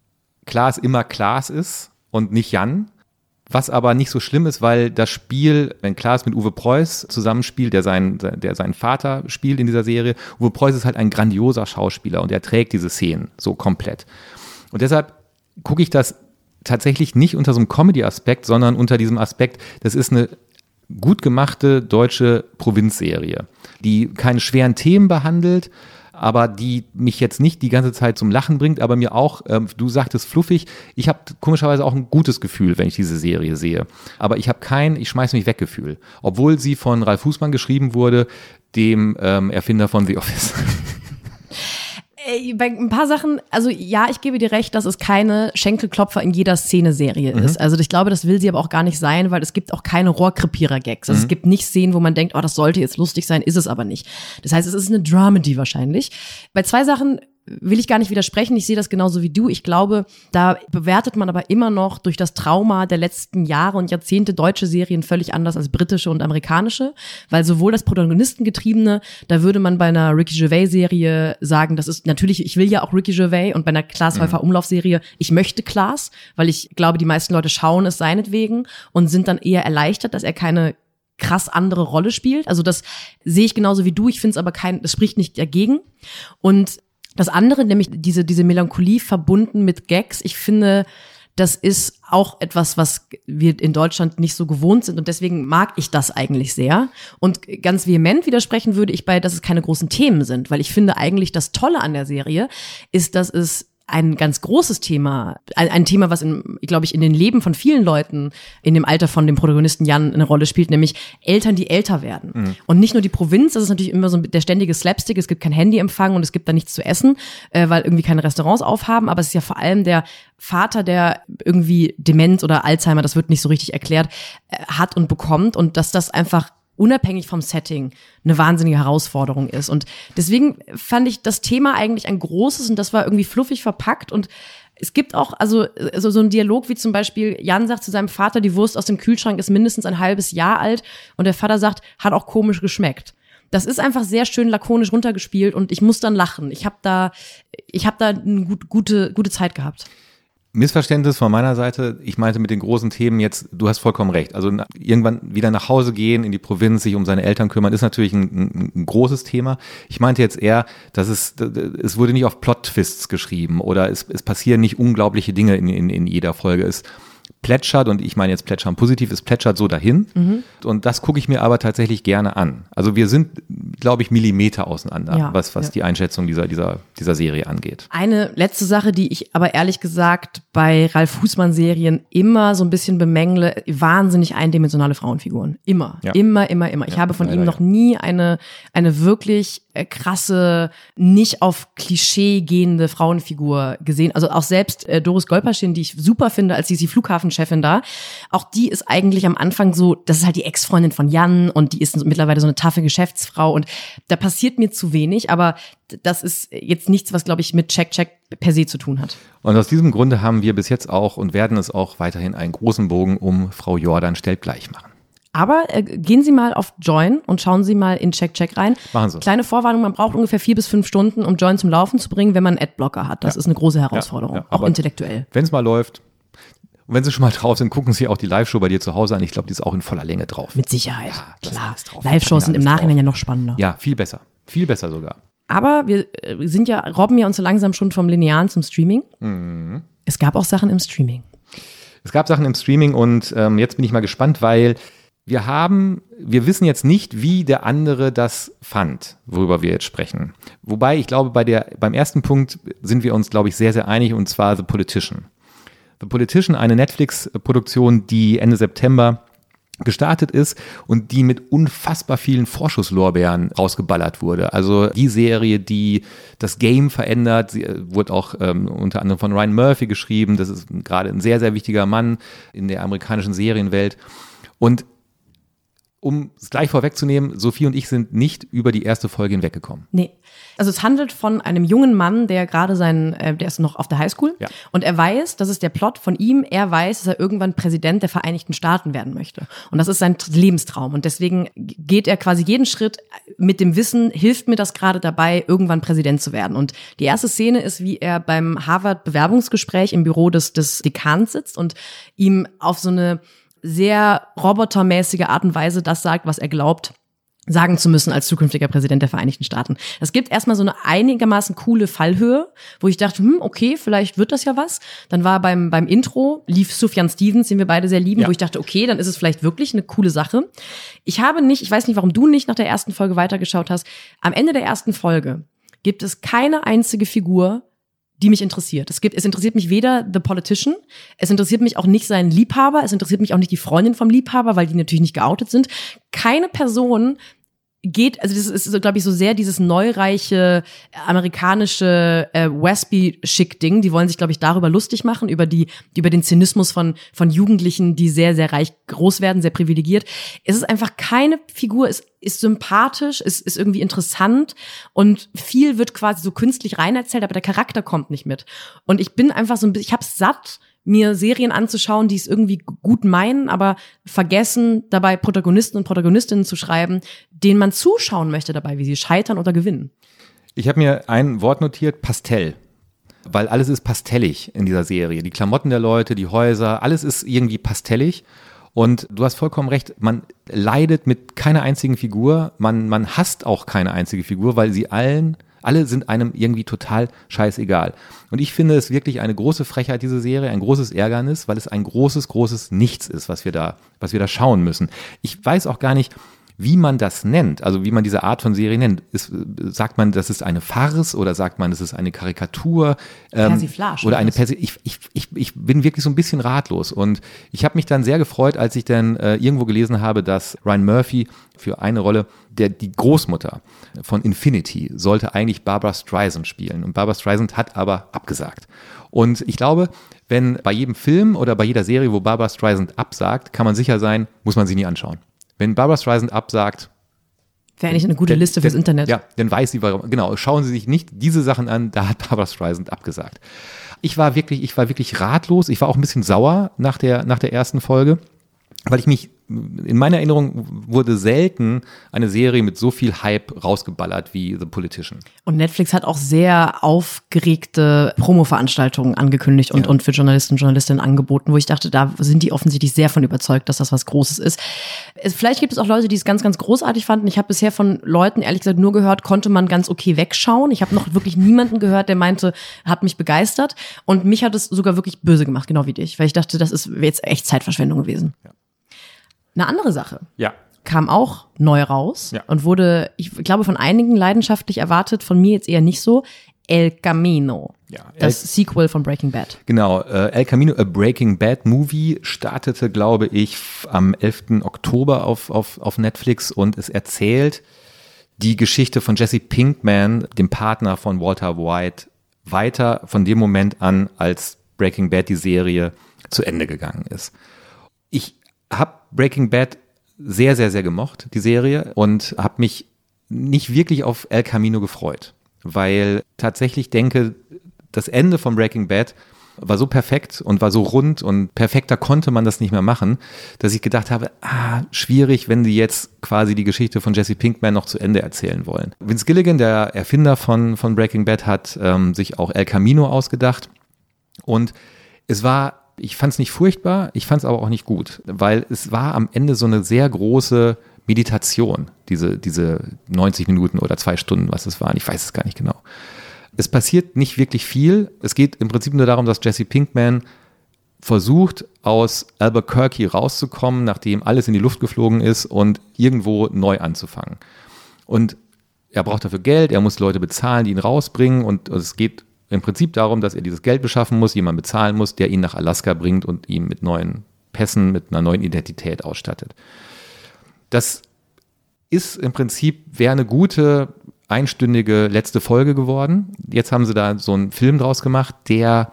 Klaas immer Klaas ist und nicht Jan. Was aber nicht so schlimm ist, weil das Spiel, wenn Klaas mit Uwe Preuß zusammenspielt, der seinen, der seinen Vater spielt in dieser Serie, Uwe Preuß ist halt ein grandioser Schauspieler und er trägt diese Szenen so komplett. Und deshalb gucke ich das tatsächlich nicht unter so einem Comedy-Aspekt, sondern unter diesem Aspekt, das ist eine gut gemachte deutsche Provinzserie, die keine schweren Themen behandelt, aber die mich jetzt nicht die ganze Zeit zum Lachen bringt, aber mir auch, ähm, du sagtest fluffig, ich habe komischerweise auch ein gutes Gefühl, wenn ich diese Serie sehe. Aber ich habe kein, ich schmeiß mich weg Gefühl. Obwohl sie von Ralf Fußmann geschrieben wurde, dem ähm, Erfinder von The Office. Bei ein paar Sachen, also ja, ich gebe dir recht, dass es keine Schenkelklopfer in jeder Szene-Serie mhm. ist. Also ich glaube, das will sie aber auch gar nicht sein, weil es gibt auch keine Rohrkrepierer-Gags. Also mhm. es gibt nicht Szenen, wo man denkt, oh, das sollte jetzt lustig sein, ist es aber nicht. Das heißt, es ist eine Dramedy wahrscheinlich. Bei zwei Sachen will ich gar nicht widersprechen. Ich sehe das genauso wie du. Ich glaube, da bewertet man aber immer noch durch das Trauma der letzten Jahre und Jahrzehnte deutsche Serien völlig anders als britische und amerikanische, weil sowohl das Protagonistengetriebene, da würde man bei einer Ricky Gervais-Serie sagen, das ist natürlich, ich will ja auch Ricky Gervais, und bei einer Klaas Häufer Umlauf-Serie, ich möchte Klaas, weil ich glaube, die meisten Leute schauen es seinetwegen und sind dann eher erleichtert, dass er keine krass andere Rolle spielt. Also das sehe ich genauso wie du. Ich finde es aber kein, das spricht nicht dagegen. Und das andere, nämlich diese, diese Melancholie verbunden mit Gags, ich finde, das ist auch etwas, was wir in Deutschland nicht so gewohnt sind und deswegen mag ich das eigentlich sehr. Und ganz vehement widersprechen würde ich bei, dass es keine großen Themen sind, weil ich finde eigentlich das Tolle an der Serie ist, dass es ein ganz großes Thema, ein, ein Thema, was, in, glaube ich, in den Leben von vielen Leuten in dem Alter von dem Protagonisten Jan eine Rolle spielt, nämlich Eltern, die älter werden. Mhm. Und nicht nur die Provinz, das ist natürlich immer so der ständige Slapstick, es gibt kein Handyempfang und es gibt da nichts zu essen, äh, weil irgendwie keine Restaurants aufhaben, aber es ist ja vor allem der Vater, der irgendwie Demenz oder Alzheimer, das wird nicht so richtig erklärt, äh, hat und bekommt und dass das einfach unabhängig vom Setting eine wahnsinnige Herausforderung ist. Und deswegen fand ich das Thema eigentlich ein großes und das war irgendwie fluffig verpackt und es gibt auch also, also so ein Dialog wie zum Beispiel, Jan sagt zu seinem Vater, die Wurst aus dem Kühlschrank ist mindestens ein halbes Jahr alt und der Vater sagt, hat auch komisch geschmeckt. Das ist einfach sehr schön lakonisch runtergespielt und ich muss dann lachen. Ich habe da, ich habe da eine gut, gute, gute Zeit gehabt. Missverständnis von meiner Seite. Ich meinte mit den großen Themen jetzt, du hast vollkommen recht. Also irgendwann wieder nach Hause gehen, in die Provinz, sich um seine Eltern kümmern, ist natürlich ein, ein, ein großes Thema. Ich meinte jetzt eher, dass es, es wurde nicht auf Plot-Twists geschrieben oder es, es passieren nicht unglaubliche Dinge in, in, in jeder Folge. Es plätschert, und ich meine jetzt plätschern positiv, es plätschert so dahin. Mhm. Und das gucke ich mir aber tatsächlich gerne an. Also wir sind, glaube ich, Millimeter auseinander, ja, was, was ja. die Einschätzung dieser, dieser, dieser Serie angeht. Eine letzte Sache, die ich aber ehrlich gesagt bei Ralf Fußmann-Serien immer so ein bisschen bemängle, wahnsinnig eindimensionale Frauenfiguren. Immer, ja. immer, immer, immer. Ich ja, habe von leider, ihm noch nie eine, eine wirklich krasse, nicht auf Klischee gehende Frauenfigur gesehen. Also auch selbst äh, Doris Golperschin, die ich super finde, als sie ist die Flughafenchefin da, auch die ist eigentlich am Anfang so, das ist halt die Ex-Freundin von Jan und die ist mittlerweile so eine taffe Geschäftsfrau und da passiert mir zu wenig, aber das ist jetzt nichts, was, glaube ich, mit Check, Check per se zu tun hat. Und aus diesem Grunde haben wir bis jetzt auch und werden es auch weiterhin einen großen Bogen um Frau Jordan stellt gleich machen. Aber äh, gehen Sie mal auf Join und schauen Sie mal in Check Check rein. Machen Sie. Kleine Vorwarnung, man braucht ungefähr vier bis fünf Stunden, um Join zum Laufen zu bringen, wenn man einen Adblocker hat. Das ja. ist eine große Herausforderung, ja, ja. auch intellektuell. Wenn es mal läuft, und wenn Sie schon mal drauf sind, gucken Sie auch die Live-Show bei dir zu Hause an. Ich glaube, die ist auch in voller Länge drauf. Mit Sicherheit, ja, klar. Live-Shows sind im Nachhinein drauf. Ja noch spannender. Ja, viel besser. Viel besser sogar. Aber wir sind ja, robben ja uns so langsam schon vom Linearen zum Streaming. Mhm. Es gab auch Sachen im Streaming. Es gab Sachen im Streaming und ähm, jetzt bin ich mal gespannt, weil wir haben, wir wissen jetzt nicht, wie der andere das fand, worüber wir jetzt sprechen. Wobei, ich glaube, bei der, beim ersten Punkt sind wir uns, glaube ich, sehr, sehr einig, und zwar The Politician. The Politician, eine Netflix-Produktion, die Ende September gestartet ist und die mit unfassbar vielen Vorschusslorbeeren rausgeballert wurde. Also die Serie, die das Game verändert, sie wurde auch ähm, unter anderem von Ryan Murphy geschrieben. Das ist gerade ein sehr, sehr wichtiger Mann in der amerikanischen Serienwelt. Und um es gleich vorwegzunehmen, Sophie und ich sind nicht über die erste Folge hinweggekommen. Nee. Also es handelt von einem jungen Mann, der gerade seinen, äh, der ist noch auf der Highschool ja. und er weiß, das ist der Plot von ihm, er weiß, dass er irgendwann Präsident der Vereinigten Staaten werden möchte. Und das ist sein Lebenstraum. Und deswegen geht er quasi jeden Schritt mit dem Wissen, hilft mir das gerade dabei, irgendwann Präsident zu werden. Und die erste Szene ist, wie er beim Harvard-Bewerbungsgespräch im Büro des, des Dekans sitzt und ihm auf so eine sehr robotermäßige Art und Weise das sagt, was er glaubt, sagen zu müssen als zukünftiger Präsident der Vereinigten Staaten. Es gibt erstmal so eine einigermaßen coole Fallhöhe, wo ich dachte, hm, okay, vielleicht wird das ja was. Dann war beim beim Intro, lief Sufjan Stevens, den wir beide sehr lieben, ja. wo ich dachte, okay, dann ist es vielleicht wirklich eine coole Sache. Ich habe nicht, ich weiß nicht, warum du nicht nach der ersten Folge weitergeschaut hast. Am Ende der ersten Folge gibt es keine einzige Figur, die mich interessiert. Es gibt, es interessiert mich weder The Politician, es interessiert mich auch nicht sein Liebhaber, es interessiert mich auch nicht die Freundin vom Liebhaber, weil die natürlich nicht geoutet sind. Keine Person geht, also das ist, glaube ich, so sehr dieses neureiche amerikanische äh, Westby-Schick-Ding. Die wollen sich, glaube ich, darüber lustig machen, über die über den Zynismus von von Jugendlichen, die sehr, sehr reich groß werden, sehr privilegiert. Es ist einfach keine Figur, es ist sympathisch, es ist irgendwie interessant und viel wird quasi so künstlich rein erzählt, aber der Charakter kommt nicht mit. Und ich bin einfach so ein bisschen, ich hab's satt, mir Serien anzuschauen, die es irgendwie gut meinen, aber vergessen, dabei Protagonisten und Protagonistinnen zu schreiben, denen man zuschauen möchte dabei, wie sie scheitern oder gewinnen. Ich habe mir ein Wort notiert, Pastell. Weil alles ist pastellig in dieser Serie. Die Klamotten der Leute, die Häuser, alles ist irgendwie pastellig. Und du hast vollkommen recht, man leidet mit keiner einzigen Figur, man, man hasst auch keine einzige Figur, weil sie allen Alle sind einem irgendwie total scheißegal. Und ich finde es wirklich eine große Frechheit, diese Serie, ein großes Ärgernis, weil es ein großes, großes Nichts ist, was wir da, was wir da schauen müssen. Ich weiß auch gar nicht, wie man das nennt, also wie man diese Art von Serie nennt. Ist, sagt man, das ist eine Farce oder sagt man, das ist eine Karikatur? Ähm, Persiflage. Oder eine Persi ich, ich, ich, ich bin wirklich so ein bisschen ratlos. Und ich habe mich dann sehr gefreut, als ich dann äh, irgendwo gelesen habe, dass Ryan Murphy für eine Rolle, der die Großmutter von Infinity, sollte eigentlich Barbra Streisand spielen. Und Barbra Streisand hat aber abgesagt. Und ich glaube, wenn bei jedem Film oder bei jeder Serie, wo Barbra Streisand absagt, kann man sicher sein, muss man sie nie anschauen. Wenn Barbra Streisand absagt, wäre eigentlich eine gute denn, Liste fürs denn, Internet. Ja, dann weiß sie, warum. Genau, schauen Sie sich nicht diese Sachen an, da hat Barbra Streisand abgesagt. Ich war wirklich, ich war wirklich ratlos. Ich war auch ein bisschen sauer nach der, nach der ersten Folge, weil ich mich, in meiner Erinnerung wurde selten eine Serie mit so viel Hype rausgeballert wie The Politician. Und Netflix hat auch sehr aufgeregte Promo-Veranstaltungen angekündigt und, ja. und für Journalisten und Journalistinnen angeboten, wo ich dachte, da sind die offensichtlich sehr von überzeugt, dass das was Großes ist. Es, vielleicht gibt es auch Leute, die es ganz, ganz großartig fanden. Ich habe bisher von Leuten, ehrlich gesagt, nur gehört, konnte man ganz okay wegschauen. Ich habe noch wirklich niemanden gehört, der meinte, hat mich begeistert. Und mich hat es sogar wirklich böse gemacht, genau wie dich, weil ich dachte, das ist jetzt echt Zeitverschwendung gewesen. Ja. Eine andere Sache ja. kam auch neu raus ja. und wurde, ich glaube, von einigen leidenschaftlich erwartet, von mir jetzt eher nicht so. El Camino, ja, das El, Sequel von Breaking Bad. Genau, äh, El Camino, a Breaking Bad Movie, startete, glaube ich, am elften Oktober auf, auf, auf Netflix und es erzählt die Geschichte von Jesse Pinkman, dem Partner von Walter White, weiter von dem Moment an, als Breaking Bad die Serie zu Ende gegangen ist. Ich habe Breaking Bad sehr, sehr, sehr gemocht, die Serie, und habe mich nicht wirklich auf El Camino gefreut, weil tatsächlich denke, das Ende von Breaking Bad war so perfekt und war so rund und perfekter konnte man das nicht mehr machen, dass ich gedacht habe, ah, schwierig, wenn die jetzt quasi die Geschichte von Jesse Pinkman noch zu Ende erzählen wollen. Vince Gilligan, der Erfinder von, von Breaking Bad, hat ähm, sich auch El Camino ausgedacht und es war Ich fand es nicht furchtbar, ich fand es aber auch nicht gut, weil es war am Ende so eine sehr große Meditation, diese, diese neunzig Minuten oder zwei Stunden, was es waren, ich weiß es gar nicht genau. Es passiert nicht wirklich viel, es geht im Prinzip nur darum, dass Jesse Pinkman versucht, aus Albuquerque rauszukommen, nachdem alles in die Luft geflogen ist und irgendwo neu anzufangen. Und er braucht dafür Geld, er muss Leute bezahlen, die ihn rausbringen und es geht im Prinzip darum, dass er dieses Geld beschaffen muss, jemanden bezahlen muss, der ihn nach Alaska bringt und ihn mit neuen Pässen, mit einer neuen Identität ausstattet. Das ist im Prinzip, wäre eine gute, einstündige letzte Folge geworden. Jetzt haben sie da so einen Film draus gemacht, der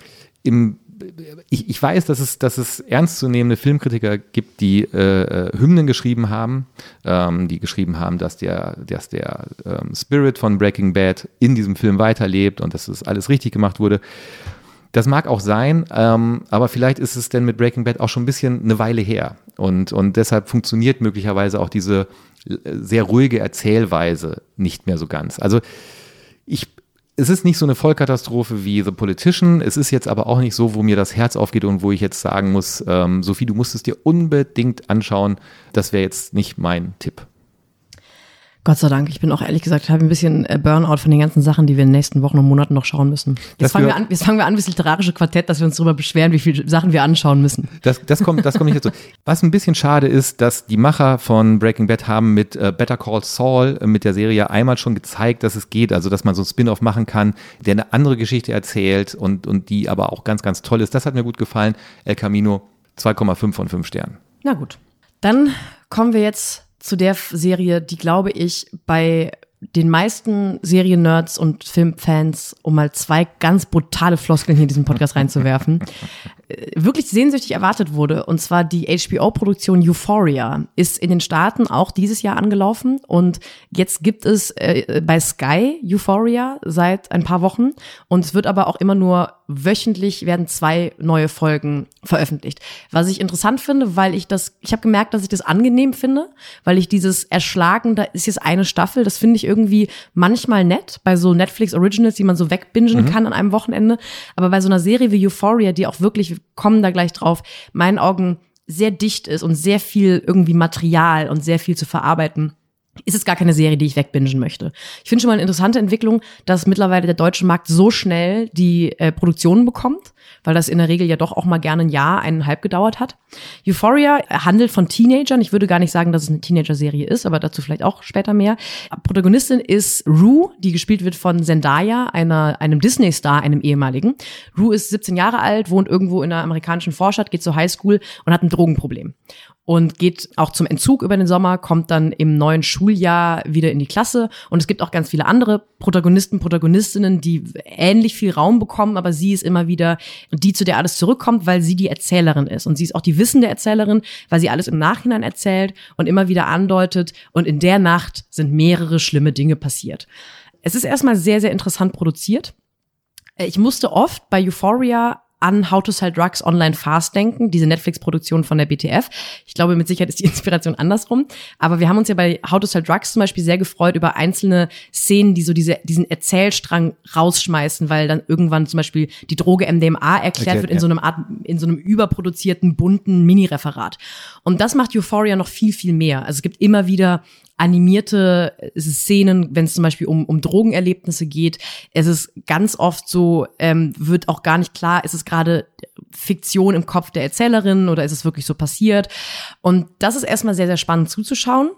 im Ich, ich weiß, dass es, dass es ernstzunehmende Filmkritiker gibt, die äh, Hymnen geschrieben haben, ähm, die geschrieben haben, dass der, dass der ähm, Spirit von Breaking Bad in diesem Film weiterlebt und dass das alles richtig gemacht wurde. Das mag auch sein, ähm, aber vielleicht ist es denn mit Breaking Bad auch schon ein bisschen eine Weile her. Und, und deshalb funktioniert möglicherweise auch diese sehr ruhige Erzählweise nicht mehr so ganz. Also ich Es ist nicht so eine Vollkatastrophe wie The Politician, es ist jetzt aber auch nicht so, wo mir das Herz aufgeht und wo ich jetzt sagen muss, ähm, Sophie, du musst es dir unbedingt anschauen, das wäre jetzt nicht mein Tipp. Gott sei Dank, ich bin auch ehrlich gesagt, habe ein bisschen Burnout von den ganzen Sachen, die wir in den nächsten Wochen und Monaten noch schauen müssen. Jetzt, fangen wir, an, jetzt fangen wir an, wie das literarische Quartett, dass wir uns darüber beschweren, wie viele Sachen wir anschauen müssen. Das, das kommt, das kommt nicht dazu. Was ein bisschen schade ist, dass die Macher von Breaking Bad haben mit äh, Better Call Saul, äh, mit der Serie einmal schon gezeigt, dass es geht, also dass man so ein Spin-off machen kann, der eine andere Geschichte erzählt und, und die aber auch ganz, ganz toll ist. Das hat mir gut gefallen. El Camino, zwei Komma fünf von fünf Sternen. Na gut, dann kommen wir jetzt zu der Serie, die, glaube ich, bei den meisten Serien-Nerds und Filmfans, um mal zwei ganz brutale Floskeln hier in diesen Podcast reinzuwerfen, wirklich sehnsüchtig erwartet wurde. Und zwar die H B O-Produktion Euphoria ist in den Staaten auch dieses Jahr angelaufen. Und jetzt gibt es äh, bei Sky Euphoria seit ein paar Wochen. Und es wird aber auch immer nur wöchentlich werden zwei neue Folgen veröffentlicht. Was ich interessant finde, weil ich das, ich habe gemerkt, dass ich das angenehm finde, weil ich dieses Erschlagen, da ist jetzt eine Staffel, das finde ich irgendwie manchmal nett, bei so Netflix Originals, die man so wegbingen mhm. kann an einem Wochenende. Aber bei so einer Serie wie Euphoria, die auch wirklich, wir kommen da gleich drauf, meinen Augen sehr dicht ist und sehr viel irgendwie Material und sehr viel zu verarbeiten ist es gar keine Serie, die ich wegbingen möchte. Ich finde schon mal eine interessante Entwicklung, dass mittlerweile der deutsche Markt so schnell die äh, Produktionen bekommt, weil das in der Regel ja doch auch mal gerne ein Jahr, eineinhalb gedauert hat. Euphoria handelt von Teenagern. Ich würde gar nicht sagen, dass es eine Teenager-Serie ist, aber dazu vielleicht auch später mehr. Protagonistin ist Rue, die gespielt wird von Zendaya, einer, einem Disney-Star, einem ehemaligen. Rue ist siebzehn Jahre alt, wohnt irgendwo in einer amerikanischen Vorstadt, geht zur Highschool und hat ein Drogenproblem. Und geht auch zum Entzug über den Sommer, kommt dann im neuen Schuljahr wieder in die Klasse. Und es gibt auch ganz viele andere Protagonisten, Protagonistinnen, die ähnlich viel Raum bekommen, aber sie ist immer wieder die, zu der alles zurückkommt, weil sie die Erzählerin ist. Und sie ist auch die wissende Erzählerin, weil sie alles im Nachhinein erzählt und immer wieder andeutet. Und in der Nacht sind mehrere schlimme Dinge passiert. Es ist erstmal sehr, sehr interessant produziert. Ich musste oft bei Euphoria an How to Sell Drugs Online Fast denken, diese Netflix-Produktion von der B T F. Ich glaube, mit Sicherheit ist die Inspiration andersrum. Aber wir haben uns ja bei How to Sell Drugs zum Beispiel sehr gefreut über einzelne Szenen, die so diese, diesen Erzählstrang rausschmeißen, weil dann irgendwann zum Beispiel die Droge M D M A erklärt okay, wird in ja. so einem Art, in so einem überproduzierten, bunten Mini-Referat. Und das macht Euphoria noch viel, viel mehr. Also es gibt immer wieder animierte Szenen, wenn es zum Beispiel um, um Drogenerlebnisse geht. Es ist ganz oft so, ähm, wird auch gar nicht klar, ist es gerade Fiktion im Kopf der Erzählerin oder ist es wirklich so passiert? Und das ist erstmal sehr, sehr spannend zuzuschauen.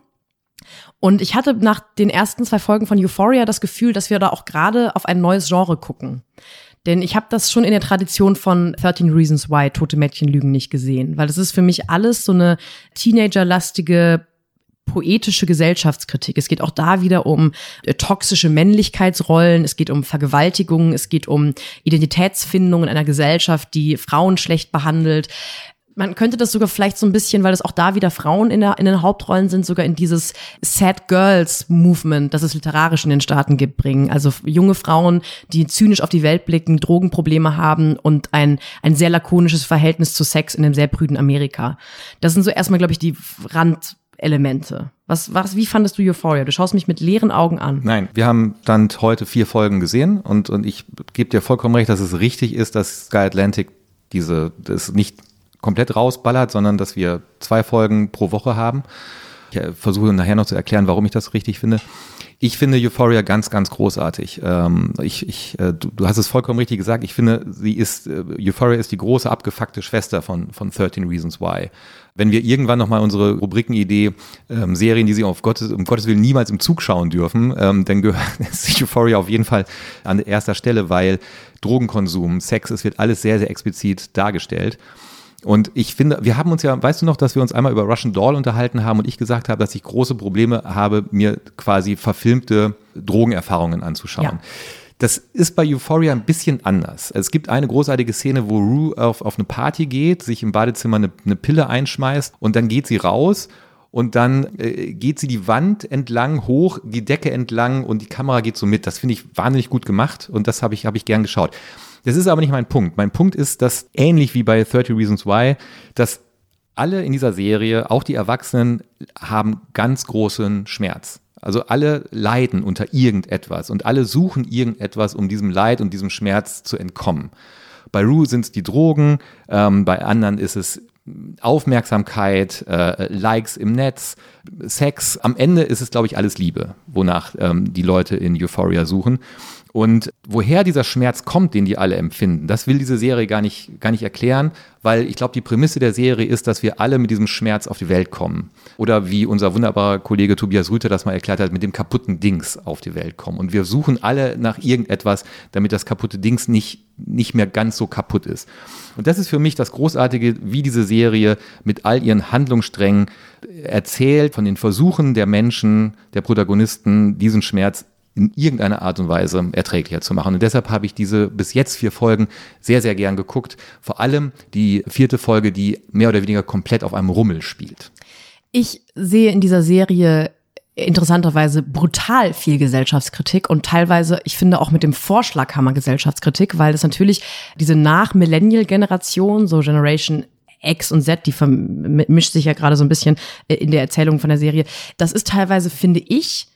Und ich hatte nach den ersten zwei Folgen von Euphoria das Gefühl, dass wir da auch gerade auf ein neues Genre gucken. Denn ich habe das schon in der Tradition von thirteen Reasons Why, Tote Mädchen lügen nicht gesehen. Weil das ist für mich alles so eine teenagerlastige poetische Gesellschaftskritik. Es geht auch da wieder um äh, toxische Männlichkeitsrollen, es geht um Vergewaltigung, es geht um Identitätsfindung in einer Gesellschaft, die Frauen schlecht behandelt. Man könnte das sogar vielleicht so ein bisschen, weil es auch da wieder Frauen in, der, in den Hauptrollen sind, sogar in dieses Sad Girls Movement, das es literarisch in den Staaten gibt, bringen. Also junge Frauen, die zynisch auf die Welt blicken, Drogenprobleme haben und ein, ein sehr lakonisches Verhältnis zu Sex in einem sehr prüden Amerika. Das sind so erstmal, glaube ich, die Rand Elemente. Was, was, wie fandest du Euphoria? Du schaust mich mit leeren Augen an. Nein, wir haben dann heute vier Folgen gesehen und, und ich gebe dir vollkommen recht, dass es richtig ist, dass Sky Atlantic diese, das nicht komplett rausballert, sondern dass wir zwei Folgen pro Woche haben. Ich versuche nachher noch zu erklären, warum ich das richtig finde. Ich finde Euphoria ganz, ganz großartig. Ähm, ich, ich, äh, du, du hast es vollkommen richtig gesagt. Ich finde, sie ist, äh, Euphoria ist die große abgefuckte Schwester von, von thirteen Reasons Why. Wenn wir irgendwann nochmal unsere Rubrikenidee, ähm, Serien, die sie auf Gottes, um Gottes Willen niemals im Zug schauen dürfen, ähm, dann gehört Euphoria auf jeden Fall an erster Stelle, weil Drogenkonsum, Sex, es wird alles sehr, sehr explizit dargestellt. Und ich finde, wir haben uns ja, weißt du noch, dass wir uns einmal über Russian Doll unterhalten haben und ich gesagt habe, dass ich große Probleme habe, mir quasi verfilmte Drogenerfahrungen anzuschauen. Ja. Das ist bei Euphoria ein bisschen anders. Es gibt eine großartige Szene, wo Rue auf, auf eine Party geht, sich im Badezimmer eine, eine Pille einschmeißt und dann geht sie raus und dann äh, geht sie die Wand entlang, hoch, die Decke entlang und die Kamera geht so mit. Das finde ich wahnsinnig gut gemacht und das habe ich, hab ich gern geschaut. Das ist aber nicht mein Punkt. Mein Punkt ist, dass ähnlich wie bei thirteen Reasons Why, dass alle in dieser Serie, auch die Erwachsenen, haben ganz großen Schmerz. Also alle leiden unter irgendetwas und alle suchen irgendetwas, um diesem Leid und diesem Schmerz zu entkommen. Bei Rue sind es die Drogen, ähm, bei anderen ist es Aufmerksamkeit, äh, Likes im Netz, Sex. Am Ende ist es, glaube ich, alles Liebe, wonach ähm, die Leute in Euphoria suchen. Und woher dieser Schmerz kommt, den die alle empfinden, das will diese Serie gar nicht, gar nicht erklären, weil ich glaube, die Prämisse der Serie ist, dass wir alle mit diesem Schmerz auf die Welt kommen. Oder wie unser wunderbarer Kollege Tobias Rüther das mal erklärt hat, mit dem kaputten Dings auf die Welt kommen. Und wir suchen alle nach irgendetwas, damit das kaputte Dings nicht, nicht mehr ganz so kaputt ist. Und das ist für mich das Großartige, wie diese Serie mit all ihren Handlungssträngen erzählt, von den Versuchen der Menschen, der Protagonisten, diesen Schmerz in irgendeiner Art und Weise erträglicher zu machen. Und deshalb habe ich diese bis jetzt vier Folgen sehr, sehr gern geguckt. Vor allem die vierte Folge, die mehr oder weniger komplett auf einem Rummel spielt. Ich sehe in dieser Serie interessanterweise brutal viel Gesellschaftskritik und teilweise, ich finde auch mit dem Vorschlaghammer Gesellschaftskritik, weil es natürlich diese Nach-Millennial-Generation, so Generation X und Z, die vermischt sich ja gerade so ein bisschen in der Erzählung von der Serie. Das ist teilweise, finde ich,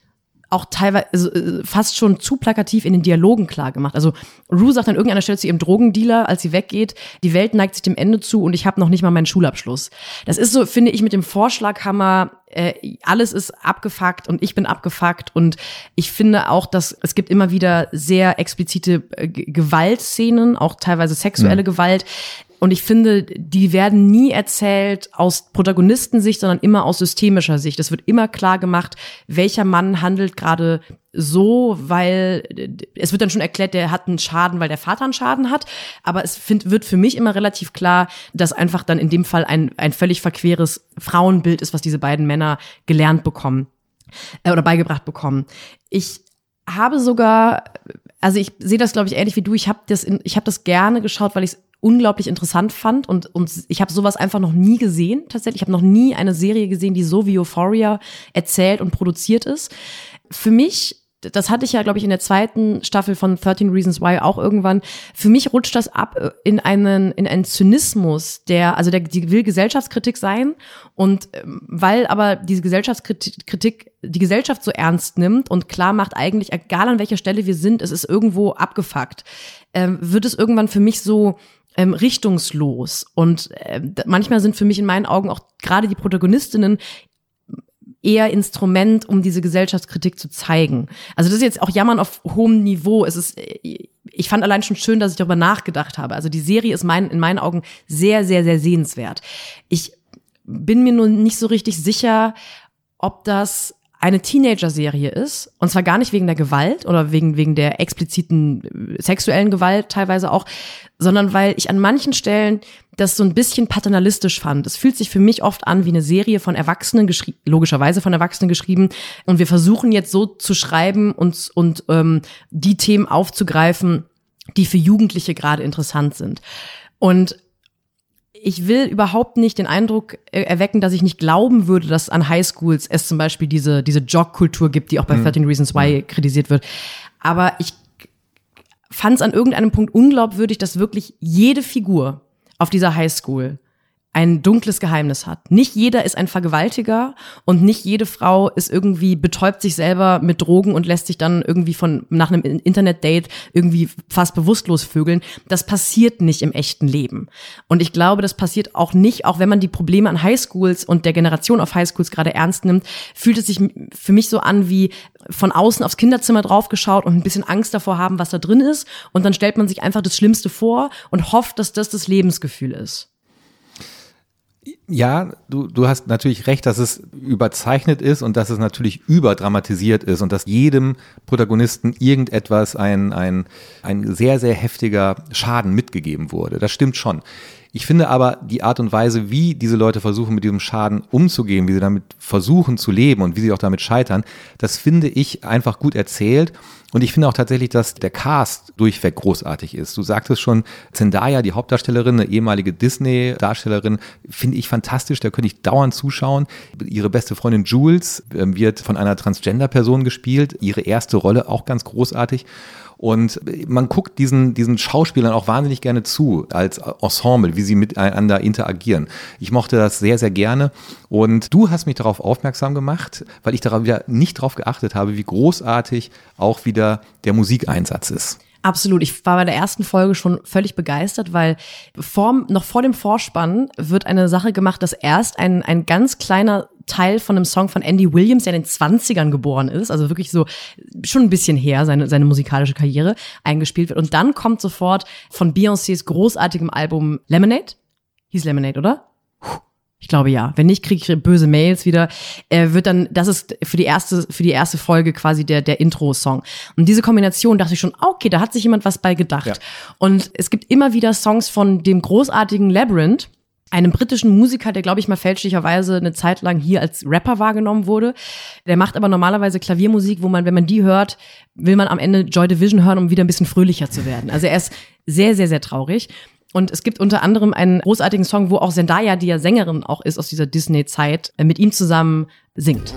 auch teilweise also, fast schon zu plakativ in den Dialogen klar gemacht. Also Rue sagt an irgendeiner Stelle zu ihrem Drogendealer, als sie weggeht, die Welt neigt sich dem Ende zu und ich habe noch nicht mal meinen Schulabschluss. Das ist so, finde ich, mit dem Vorschlaghammer, äh, alles ist abgefuckt und ich bin abgefuckt und ich finde auch, dass es gibt immer wieder sehr explizite äh, Gewaltszenen, auch teilweise sexuelle mhm. Gewalt. Und ich finde, die werden nie erzählt aus Protagonistensicht, sondern immer aus systemischer Sicht. Es wird immer klar gemacht, welcher Mann handelt gerade so, weil es wird dann schon erklärt, der hat einen Schaden, weil der Vater einen Schaden hat. Aber es find, wird für mich immer relativ klar, dass einfach dann in dem Fall ein, ein völlig verqueres Frauenbild ist, was diese beiden Männer gelernt bekommen äh, oder beigebracht bekommen. Ich habe sogar, also ich sehe das, glaube ich, ähnlich wie du. Ich habe das, in, ich habe das gerne geschaut, weil ich es unglaublich interessant fand und und ich habe sowas einfach noch nie gesehen tatsächlich. Ich habe noch nie eine Serie gesehen, die so wie Euphoria erzählt und produziert ist. Für mich, das hatte ich ja, glaube ich, in der zweiten Staffel von thirteen Reasons Why auch irgendwann, für mich rutscht das ab in einen in einen Zynismus, der, also der die will Gesellschaftskritik sein und weil aber diese Gesellschaftskritik die Gesellschaft so ernst nimmt und klar macht, eigentlich, egal an welcher Stelle wir sind, es ist irgendwo abgefuckt, ähm, wird es irgendwann für mich so Ähm, richtungslos. Und äh, manchmal sind für mich in meinen Augen auch gerade die Protagonistinnen eher Instrument, um diese Gesellschaftskritik zu zeigen. Also das ist jetzt auch Jammern auf hohem Niveau. Es ist, ich fand allein schon schön, dass ich darüber nachgedacht habe. Also die Serie ist mein, in meinen Augen sehr, sehr, sehr sehenswert. Ich bin mir nur nicht so richtig sicher, ob das eine Teenager-Serie ist, und zwar gar nicht wegen der Gewalt oder wegen wegen der expliziten sexuellen Gewalt teilweise auch, sondern weil ich an manchen Stellen das so ein bisschen paternalistisch fand. Es fühlt sich für mich oft an wie eine Serie von Erwachsenen geschrieben, logischerweise von Erwachsenen geschrieben, und wir versuchen jetzt so zu schreiben und und ähm, die Themen aufzugreifen, die für Jugendliche gerade interessant sind. Und ich will überhaupt nicht den Eindruck erwecken, dass ich nicht glauben würde, dass an Highschools es zum Beispiel diese diese Jog-Kultur gibt, die auch bei mhm. thirteen Reasons Why kritisiert wird. Aber ich fand es an irgendeinem Punkt unglaubwürdig, dass wirklich jede Figur auf dieser Highschool ein dunkles Geheimnis hat. Nicht jeder ist ein Vergewaltiger und nicht jede Frau ist irgendwie, betäubt sich selber mit Drogen und lässt sich dann irgendwie von nach einem Internet-Date irgendwie fast bewusstlos vögeln. Das passiert nicht im echten Leben. Und ich glaube, das passiert auch nicht, auch wenn man die Probleme an Highschools und der Generation auf Highschools gerade ernst nimmt, fühlt es sich für mich so an wie von außen aufs Kinderzimmer draufgeschaut und ein bisschen Angst davor haben, was da drin ist. Und dann stellt man sich einfach das Schlimmste vor und hofft, dass das das Lebensgefühl ist. Ja, du, du hast natürlich recht, dass es überzeichnet ist und dass es natürlich überdramatisiert ist und dass jedem Protagonisten irgendetwas, ein, ein, ein sehr, sehr heftiger Schaden mitgegeben wurde. Das stimmt schon. Ich finde aber die Art und Weise, wie diese Leute versuchen, mit diesem Schaden umzugehen, wie sie damit versuchen zu leben und wie sie auch damit scheitern, das finde ich einfach gut erzählt. Und ich finde auch tatsächlich, dass der Cast durchweg großartig ist. Du sagtest schon, Zendaya, die Hauptdarstellerin, eine ehemalige Disney-Darstellerin, finde ich fantastisch, da könnte ich dauernd zuschauen. Ihre beste Freundin Jules wird von einer Transgender-Person gespielt, ihre erste Rolle auch ganz großartig. Und man guckt diesen, diesen Schauspielern auch wahnsinnig gerne zu, als Ensemble, wie sie miteinander interagieren. Ich mochte das sehr, sehr gerne. Und du hast mich darauf aufmerksam gemacht, weil ich darauf wieder nicht darauf geachtet habe, wie großartig auch wieder der Musikeinsatz ist. Absolut. Ich war bei der ersten Folge schon völlig begeistert, weil vor, noch vor dem Vorspann wird eine Sache gemacht, dass erst ein, ein ganz kleiner Teil von einem Song von Andy Williams, der in den zwanzigern geboren ist, also wirklich so schon ein bisschen her, seine, seine musikalische Karriere, eingespielt wird. Und dann kommt sofort von Beyoncés großartigem Album Lemonade. Hieß Lemonade, oder? Ich glaube ja. Wenn nicht, kriege ich böse Mails wieder. Äh, wird dann, das ist für die erste, für die erste Folge quasi der, der Intro-Song. Und diese Kombination dachte ich schon, okay, da hat sich jemand was bei gedacht. Ja. Und es gibt immer wieder Songs von dem großartigen Labyrinth, einem britischen Musiker, der, glaube ich, mal fälschlicherweise eine Zeit lang hier als Rapper wahrgenommen wurde. Der macht aber normalerweise Klaviermusik, wo man, wenn man die hört, will man am Ende Joy Division hören, um wieder ein bisschen fröhlicher zu werden. Also er ist sehr, sehr, sehr traurig. Und es gibt unter anderem einen großartigen Song, wo auch Zendaya, die ja Sängerin auch ist aus dieser Disney-Zeit, mit ihm zusammen singt.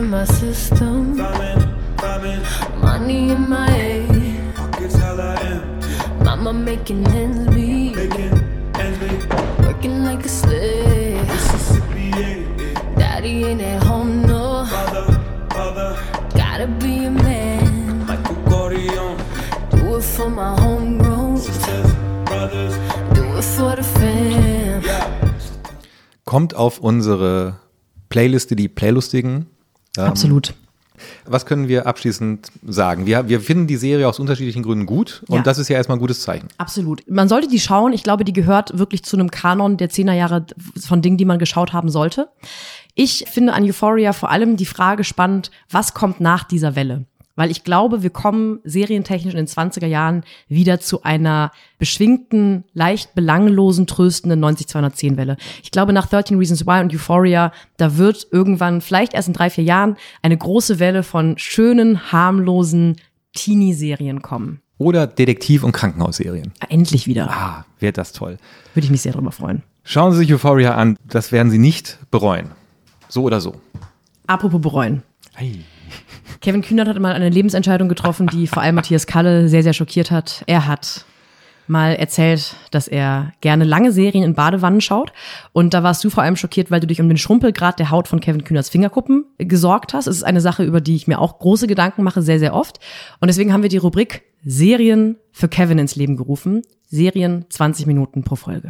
Working like a slave. Daddy ain't at home, no. Got Gotta be a man. Michael Corleone. Do it for my homegrown. Sisters, brothers. Do it for the fam. Yeah. Kommt auf unsere Playliste, die Playlustigen. Ähm, Absolut. Was können wir abschließend sagen? Wir, wir finden die Serie aus unterschiedlichen Gründen gut und Ja. das ist ja erstmal ein gutes Zeichen. Absolut. Man sollte die schauen. Ich glaube, die gehört wirklich zu einem Kanon der Zehnerjahre von Dingen, die man geschaut haben sollte. Ich finde an Euphoria vor allem die Frage spannend, was kommt nach dieser Welle? Weil ich glaube, wir kommen serientechnisch in den zwanziger Jahren wieder zu einer beschwingten, leicht belanglosen, tröstenden neunzig zweihundertzehn Welle. Ich glaube, nach thirteen Reasons Why und Euphoria, da wird irgendwann, vielleicht erst in drei, vier Jahren, eine große Welle von schönen, harmlosen Teenie-Serien kommen. Oder Detektiv- und Krankenhausserien. Endlich wieder. Ah, wäre das toll. Würde ich mich sehr drüber freuen. Schauen Sie sich Euphoria an, das werden Sie nicht bereuen. So oder so. Apropos bereuen. Hey. Kevin Kühnert hat mal eine Lebensentscheidung getroffen, die vor allem Matthias Kalle sehr, sehr schockiert hat. Er hat mal erzählt, dass er gerne lange Serien in Badewannen schaut. Und da warst du vor allem schockiert, weil du dich um den Schrumpelgrad der Haut von Kevin Kühnerts Fingerkuppen gesorgt hast. Es ist eine Sache, über die ich mir auch große Gedanken mache, sehr, sehr oft. Und deswegen haben wir die Rubrik Serien für Kevin ins Leben gerufen. Serien zwanzig Minuten pro Folge.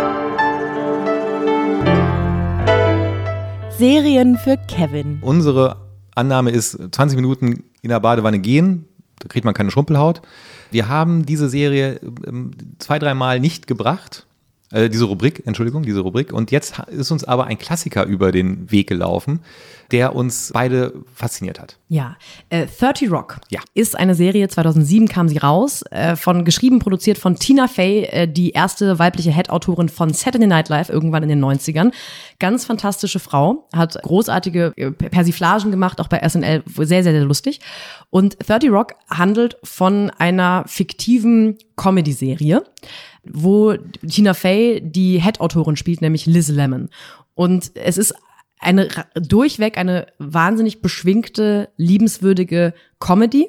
Serien für Kevin. Unsere Annahme ist, zwanzig Minuten in der Badewanne gehen, da kriegt man keine Schrumpelhaut. Wir haben diese Serie ähm, zwei, dreimal nicht gebracht, äh, diese Rubrik, Entschuldigung, diese Rubrik. Und jetzt ist uns aber ein Klassiker über den Weg gelaufen, der uns beide fasziniert hat. Ja, äh, thirty Rock Ja. ist eine Serie, zweitausendsieben kam sie raus, äh, von geschrieben, produziert von Tina Fey, äh, die erste weibliche Head-Autorin von Saturday Night Live irgendwann in den neunzigern. Ganz fantastische Frau, hat großartige äh, Persiflagen gemacht, auch bei S N L, sehr, sehr, sehr lustig. Und thirty Rock handelt von einer fiktiven Comedy-Serie, wo Tina Fey die Head-Autorin spielt, nämlich Liz Lemon. Und es ist eine durchweg eine wahnsinnig beschwingte, liebenswürdige Comedy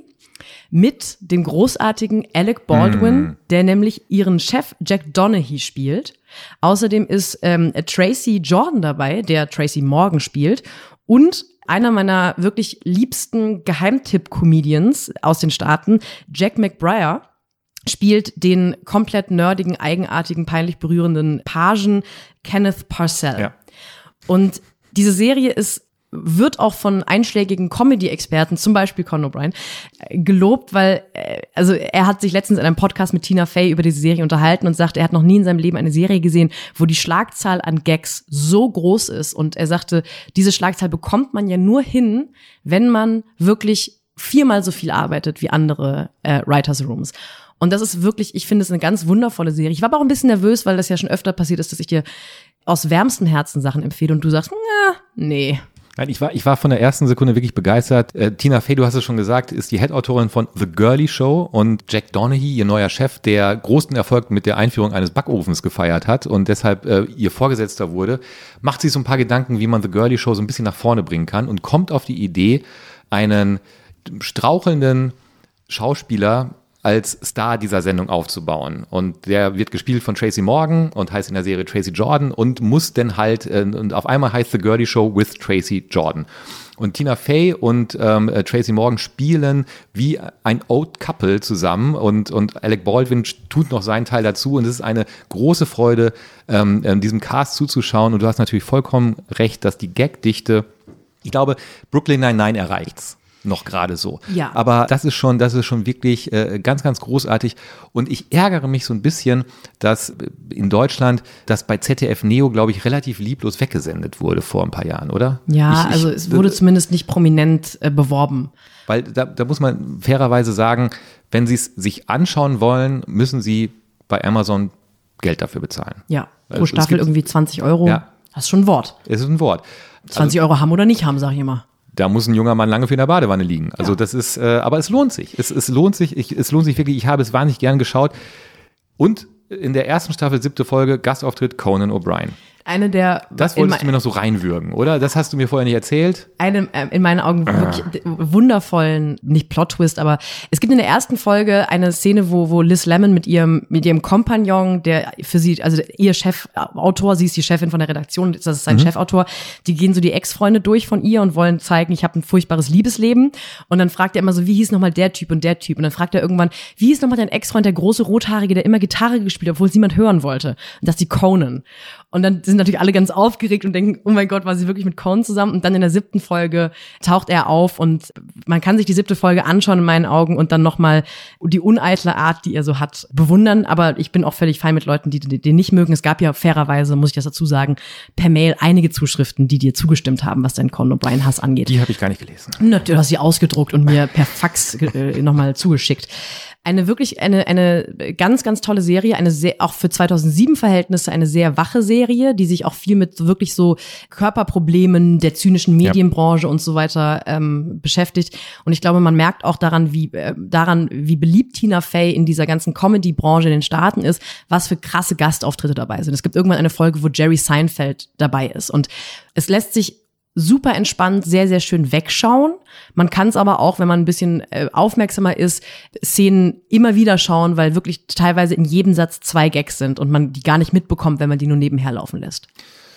mit dem großartigen Alec Baldwin, mm. der nämlich ihren Chef Jack Donaghy spielt. Außerdem ist ähm, Tracy Jordan dabei, der Tracy Morgan spielt. Und einer meiner wirklich liebsten Geheimtipp-Comedians aus den Staaten, Jack McBrayer, spielt den komplett nerdigen, eigenartigen, peinlich berührenden Pagen Kenneth Parcell. Ja. Und diese Serie ist, wird auch von einschlägigen Comedy-Experten, zum Beispiel Conan O'Brien, gelobt, weil, also er hat sich letztens in einem Podcast mit Tina Fey über diese Serie unterhalten und sagt, er hat noch nie in seinem Leben eine Serie gesehen, wo die Schlagzahl an Gags so groß ist. Und er sagte, diese Schlagzahl bekommt man ja nur hin, wenn man wirklich viermal so viel arbeitet wie andere äh, Writers' Rooms. Und das ist wirklich, ich finde es eine ganz wundervolle Serie. Ich war aber auch ein bisschen nervös, weil das ja schon öfter passiert ist, dass ich dir aus wärmstem Herzen Sachen empfehle und du sagst, na, nee. Nein, ich war, ich war von der ersten Sekunde wirklich begeistert. Äh, Tina Fey, du hast es schon gesagt, ist die Head-Autorin von The Girly Show und Jack Donaghy, ihr neuer Chef, der großen Erfolg mit der Einführung eines Backofens gefeiert hat und deshalb äh, ihr Vorgesetzter wurde, macht sich so ein paar Gedanken, wie man The Girly Show so ein bisschen nach vorne bringen kann und kommt auf die Idee, einen strauchelnden Schauspieler als Star dieser Sendung aufzubauen. Und der wird gespielt von Tracy Morgan und heißt in der Serie Tracy Jordan und muss dann halt, äh, und auf einmal heißt The Girly Show with Tracy Jordan. Und Tina Fey und ähm, Tracy Morgan spielen wie ein Old Couple zusammen und, und Alec Baldwin tut noch seinen Teil dazu und es ist eine große Freude, ähm, diesem Cast zuzuschauen und du hast natürlich vollkommen recht, dass die Gagdichte, ich glaube, Brooklyn Nine-Nine erreicht's. Noch gerade so. Ja. Aber das ist schon, das ist schon wirklich äh, ganz, ganz großartig. Und ich ärgere mich so ein bisschen, dass in Deutschland das bei Z D F Neo, glaube ich, relativ lieblos weggesendet wurde vor ein paar Jahren, oder? Ja, ich, ich, also es wurde das, zumindest nicht prominent äh, beworben. Weil da, da muss man fairerweise sagen, wenn Sie es sich anschauen wollen, müssen Sie bei Amazon Geld dafür bezahlen. Ja, pro Also, Staffel gibt, irgendwie zwanzig Euro. Ja. Das ist schon ein Wort. Es ist ein Wort. zwanzig Also, Euro haben oder nicht haben, sag ich immer. da muss ein junger Mann lange für in der Badewanne liegen. Also Ja. das ist, äh, aber es lohnt sich. Es, es lohnt sich, ich, es lohnt sich wirklich. Ich habe es wahnsinnig gern geschaut. Und in der ersten Staffel, siebte Folge, Gastauftritt Conan O'Brien. Eine der Das in wolltest du mein- mir noch so reinwürgen, oder? Das hast du mir vorher nicht erzählt. eine äh, in meinen Augen wirklich d- wundervollen, nicht Plot-Twist, aber es gibt in der ersten Folge eine Szene, wo, wo Liz Lemon mit ihrem, mit ihrem Kompagnon, der für sie, also ihr Chefautor, sie ist die Chefin von der Redaktion, das ist sein Chefautor, die gehen so die Ex-Freunde durch von ihr und wollen zeigen, ich habe ein furchtbares Liebesleben. Und dann fragt er immer so, wie hieß nochmal der Typ und der Typ? Und dann fragt er irgendwann, wie hieß nochmal dein Ex-Freund, der große Rothaarige, der immer Gitarre gespielt hat, obwohl es niemand hören wollte? Und das ist die Conan. Und dann sind natürlich alle ganz aufgeregt und denken, oh mein Gott, war sie wirklich mit Conan zusammen? Und dann in der siebten Folge taucht er auf und man kann sich die siebte Folge anschauen in meinen Augen und dann nochmal die uneitle Art, die er so hat, bewundern. Aber ich bin auch völlig fein mit Leuten, die den nicht mögen. Es gab ja fairerweise, muss ich das dazu sagen, per Mail einige Zuschriften, die dir zugestimmt haben, was deinen Conan O'Brien-Hass angeht. Die habe ich gar nicht gelesen. Na, du hast sie ausgedruckt und mir per Fax äh, nochmal zugeschickt. Eine wirklich, eine, eine ganz, ganz tolle Serie, eine sehr, auch für zweitausendsieben Verhältnisse eine sehr wache Serie, die sich auch viel mit wirklich so Körperproblemen der zynischen Medienbranche ja. und so weiter ähm, beschäftigt. Und ich glaube, man merkt auch daran, wie, äh, daran, wie beliebt Tina Fey in dieser ganzen Comedy-Branche in den Staaten ist, was für krasse Gastauftritte dabei sind. Es gibt irgendwann eine Folge, wo Jerry Seinfeld dabei ist. Und es lässt sich super entspannt, sehr, sehr schön wegschauen. Man kann es aber auch, wenn man ein bisschen äh, aufmerksamer ist, Szenen immer wieder schauen, weil wirklich teilweise in jedem Satz zwei Gags sind und man die gar nicht mitbekommt, wenn man die nur nebenher laufen lässt.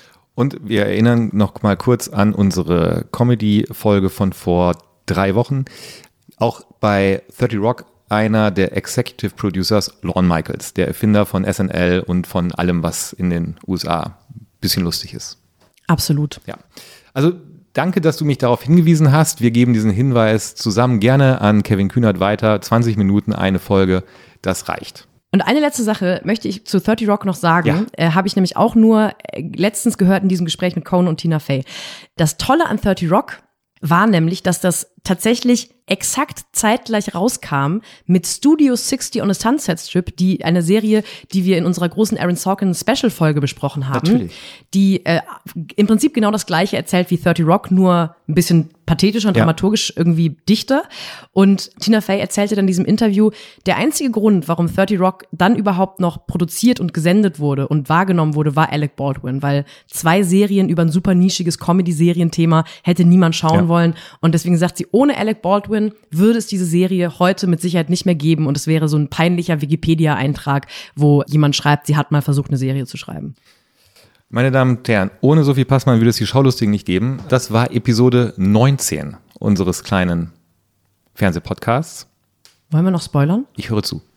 Und wir erinnern noch mal kurz an unsere Comedy-Folge von vor drei Wochen. Auch bei thirty Rock einer der Executive Producers, Lorne Michaels, der Erfinder von S N L und von allem, was in den U S A ein bisschen lustig ist. Absolut. Ja. Also danke, dass du mich darauf hingewiesen hast. Wir geben diesen Hinweis zusammen gerne an Kevin Kühnert weiter. zwanzig Minuten, eine Folge, das reicht. Und eine letzte Sache möchte ich zu thirty Rock noch sagen. Ja. Äh, habe ich nämlich auch nur äh, letztens gehört in diesem Gespräch mit Conan und Tina Fey. Das Tolle an thirty Rock war nämlich, dass das tatsächlich exakt zeitgleich rauskam mit Studio sixty on a Sunset Strip, die eine Serie, die wir in unserer großen Aaron Sorkin Special Folge besprochen haben, Natürlich. die äh, im Prinzip genau das Gleiche erzählt wie thirty Rock, nur ein bisschen pathetischer und Ja. dramaturgisch irgendwie dichter. Und Tina Fey erzählte dann in diesem Interview, der einzige Grund, warum thirty Rock dann überhaupt noch produziert und gesendet wurde und wahrgenommen wurde, war Alec Baldwin, weil zwei Serien über ein super nischiges Comedy-Serienthema hätte niemand schauen Ja. wollen. Und deswegen sagt sie, ohne Alec Baldwin würde es diese Serie heute mit Sicherheit nicht mehr geben und es wäre so ein peinlicher Wikipedia-Eintrag, wo jemand schreibt, sie hat mal versucht, eine Serie zu schreiben. Meine Damen und Herren, ohne Sophie Passmann würde es die Schaulustigen nicht geben. Das war Episode neunzehn unseres kleinen Fernsehpodcasts. Wollen wir noch spoilern? Ich höre zu.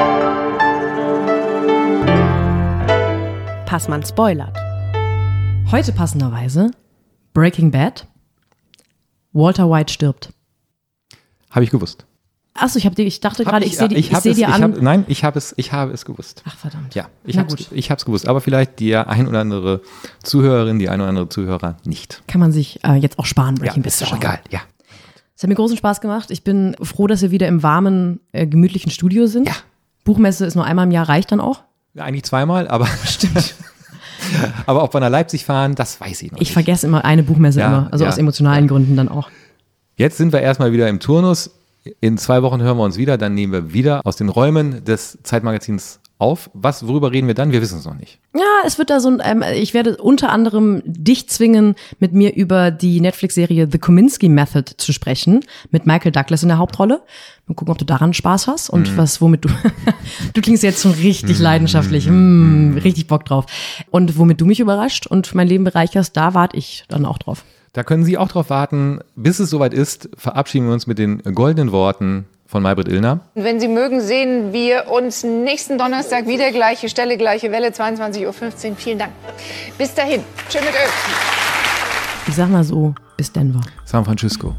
Passmann spoilert. Heute passenderweise Breaking Bad. Walter White stirbt. Habe ich gewusst. Achso, ich, hab die, ich dachte Hab gerade, ich, sehe die- ich ich hab sehe es- dir ich an. Hab, nein, ich habe es, ich habe es gewusst. Ach, verdammt. Ja, ich Na habe gut. ich habe es gewusst, aber vielleicht die ein oder andere Zuhörerin, die ein oder andere Zuhörer nicht. Kann man sich äh, jetzt auch sparen, Ja, Breaking Bad ist zu doch schauen. egal. Ja. Es hat mir großen Spaß gemacht. Ich bin froh, dass wir wieder im warmen, äh, gemütlichen Studio sind. Ja. Buchmesse ist nur einmal im Jahr, reicht dann auch. Ja, eigentlich zweimal, aber stimmt. Aber ob wir nach Leipzig fahren, das weiß ich noch Ich nicht. vergesse immer eine Buchmesse Ja, immer, also ja, aus emotionalen Gründen dann auch. Jetzt sind wir erstmal wieder im Turnus. In zwei Wochen hören wir uns wieder. Dann nehmen wir wieder aus den Räumen des Zeitmagazins auf. Was, worüber reden wir dann? Wir wissen es noch nicht. Ja, es wird da so ein, ähm, ich werde unter anderem dich zwingen, mit mir über die Netflix-Serie The Kominsky Method zu sprechen, mit Michael Douglas in der Hauptrolle. Mal gucken, ob du daran Spaß hast und Mhm. was, womit du, du klingst jetzt schon richtig leidenschaftlich, mm, richtig Bock drauf. Und womit du mich überrascht und mein Leben bereicherst, da warte ich dann auch drauf. Da können Sie auch drauf warten. Bis es soweit ist, verabschieden wir uns mit den goldenen Worten von Maybrit Illner. Wenn Sie mögen, sehen wir uns nächsten Donnerstag wieder. Gleiche Stelle, gleiche Welle, zweiundzwanzig Uhr fünfzehn. Vielen Dank. Bis dahin. Tschö mit Ö. Ich sag mal so, bis Denver. San Francisco.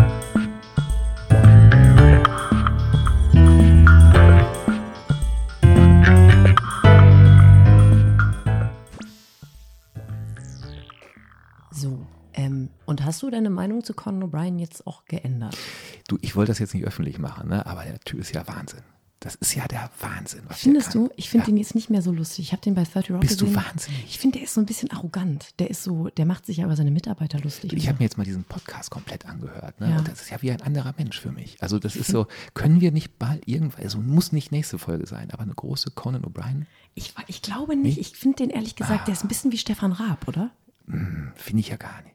So, ähm, und hast du deine Meinung zu Conan O'Brien jetzt auch geändert? Du, ich wollte das jetzt nicht öffentlich machen, ne? Aber der Typ ist ja Wahnsinn. Das ist ja der Wahnsinn. Was Findest der du? kann. Ich finde ja. den jetzt nicht mehr so lustig. Ich habe den bei dreißig Rock Bist du gesehen. wahnsinnig? Ich finde, der ist so ein bisschen arrogant. Der ist so, der macht sich ja über seine Mitarbeiter lustig. Ich habe mir jetzt mal diesen Podcast komplett angehört. Ne? Ja. Und das ist ja wie ein anderer Mensch für mich. Also das ist so, können wir nicht bald irgendwann, also muss nicht nächste Folge sein, aber eine große Conan O'Brien, ich, ich glaube nicht. Ich finde den ehrlich gesagt, der ist ein bisschen wie Stefan Raab, oder? finde ich ja gar nicht.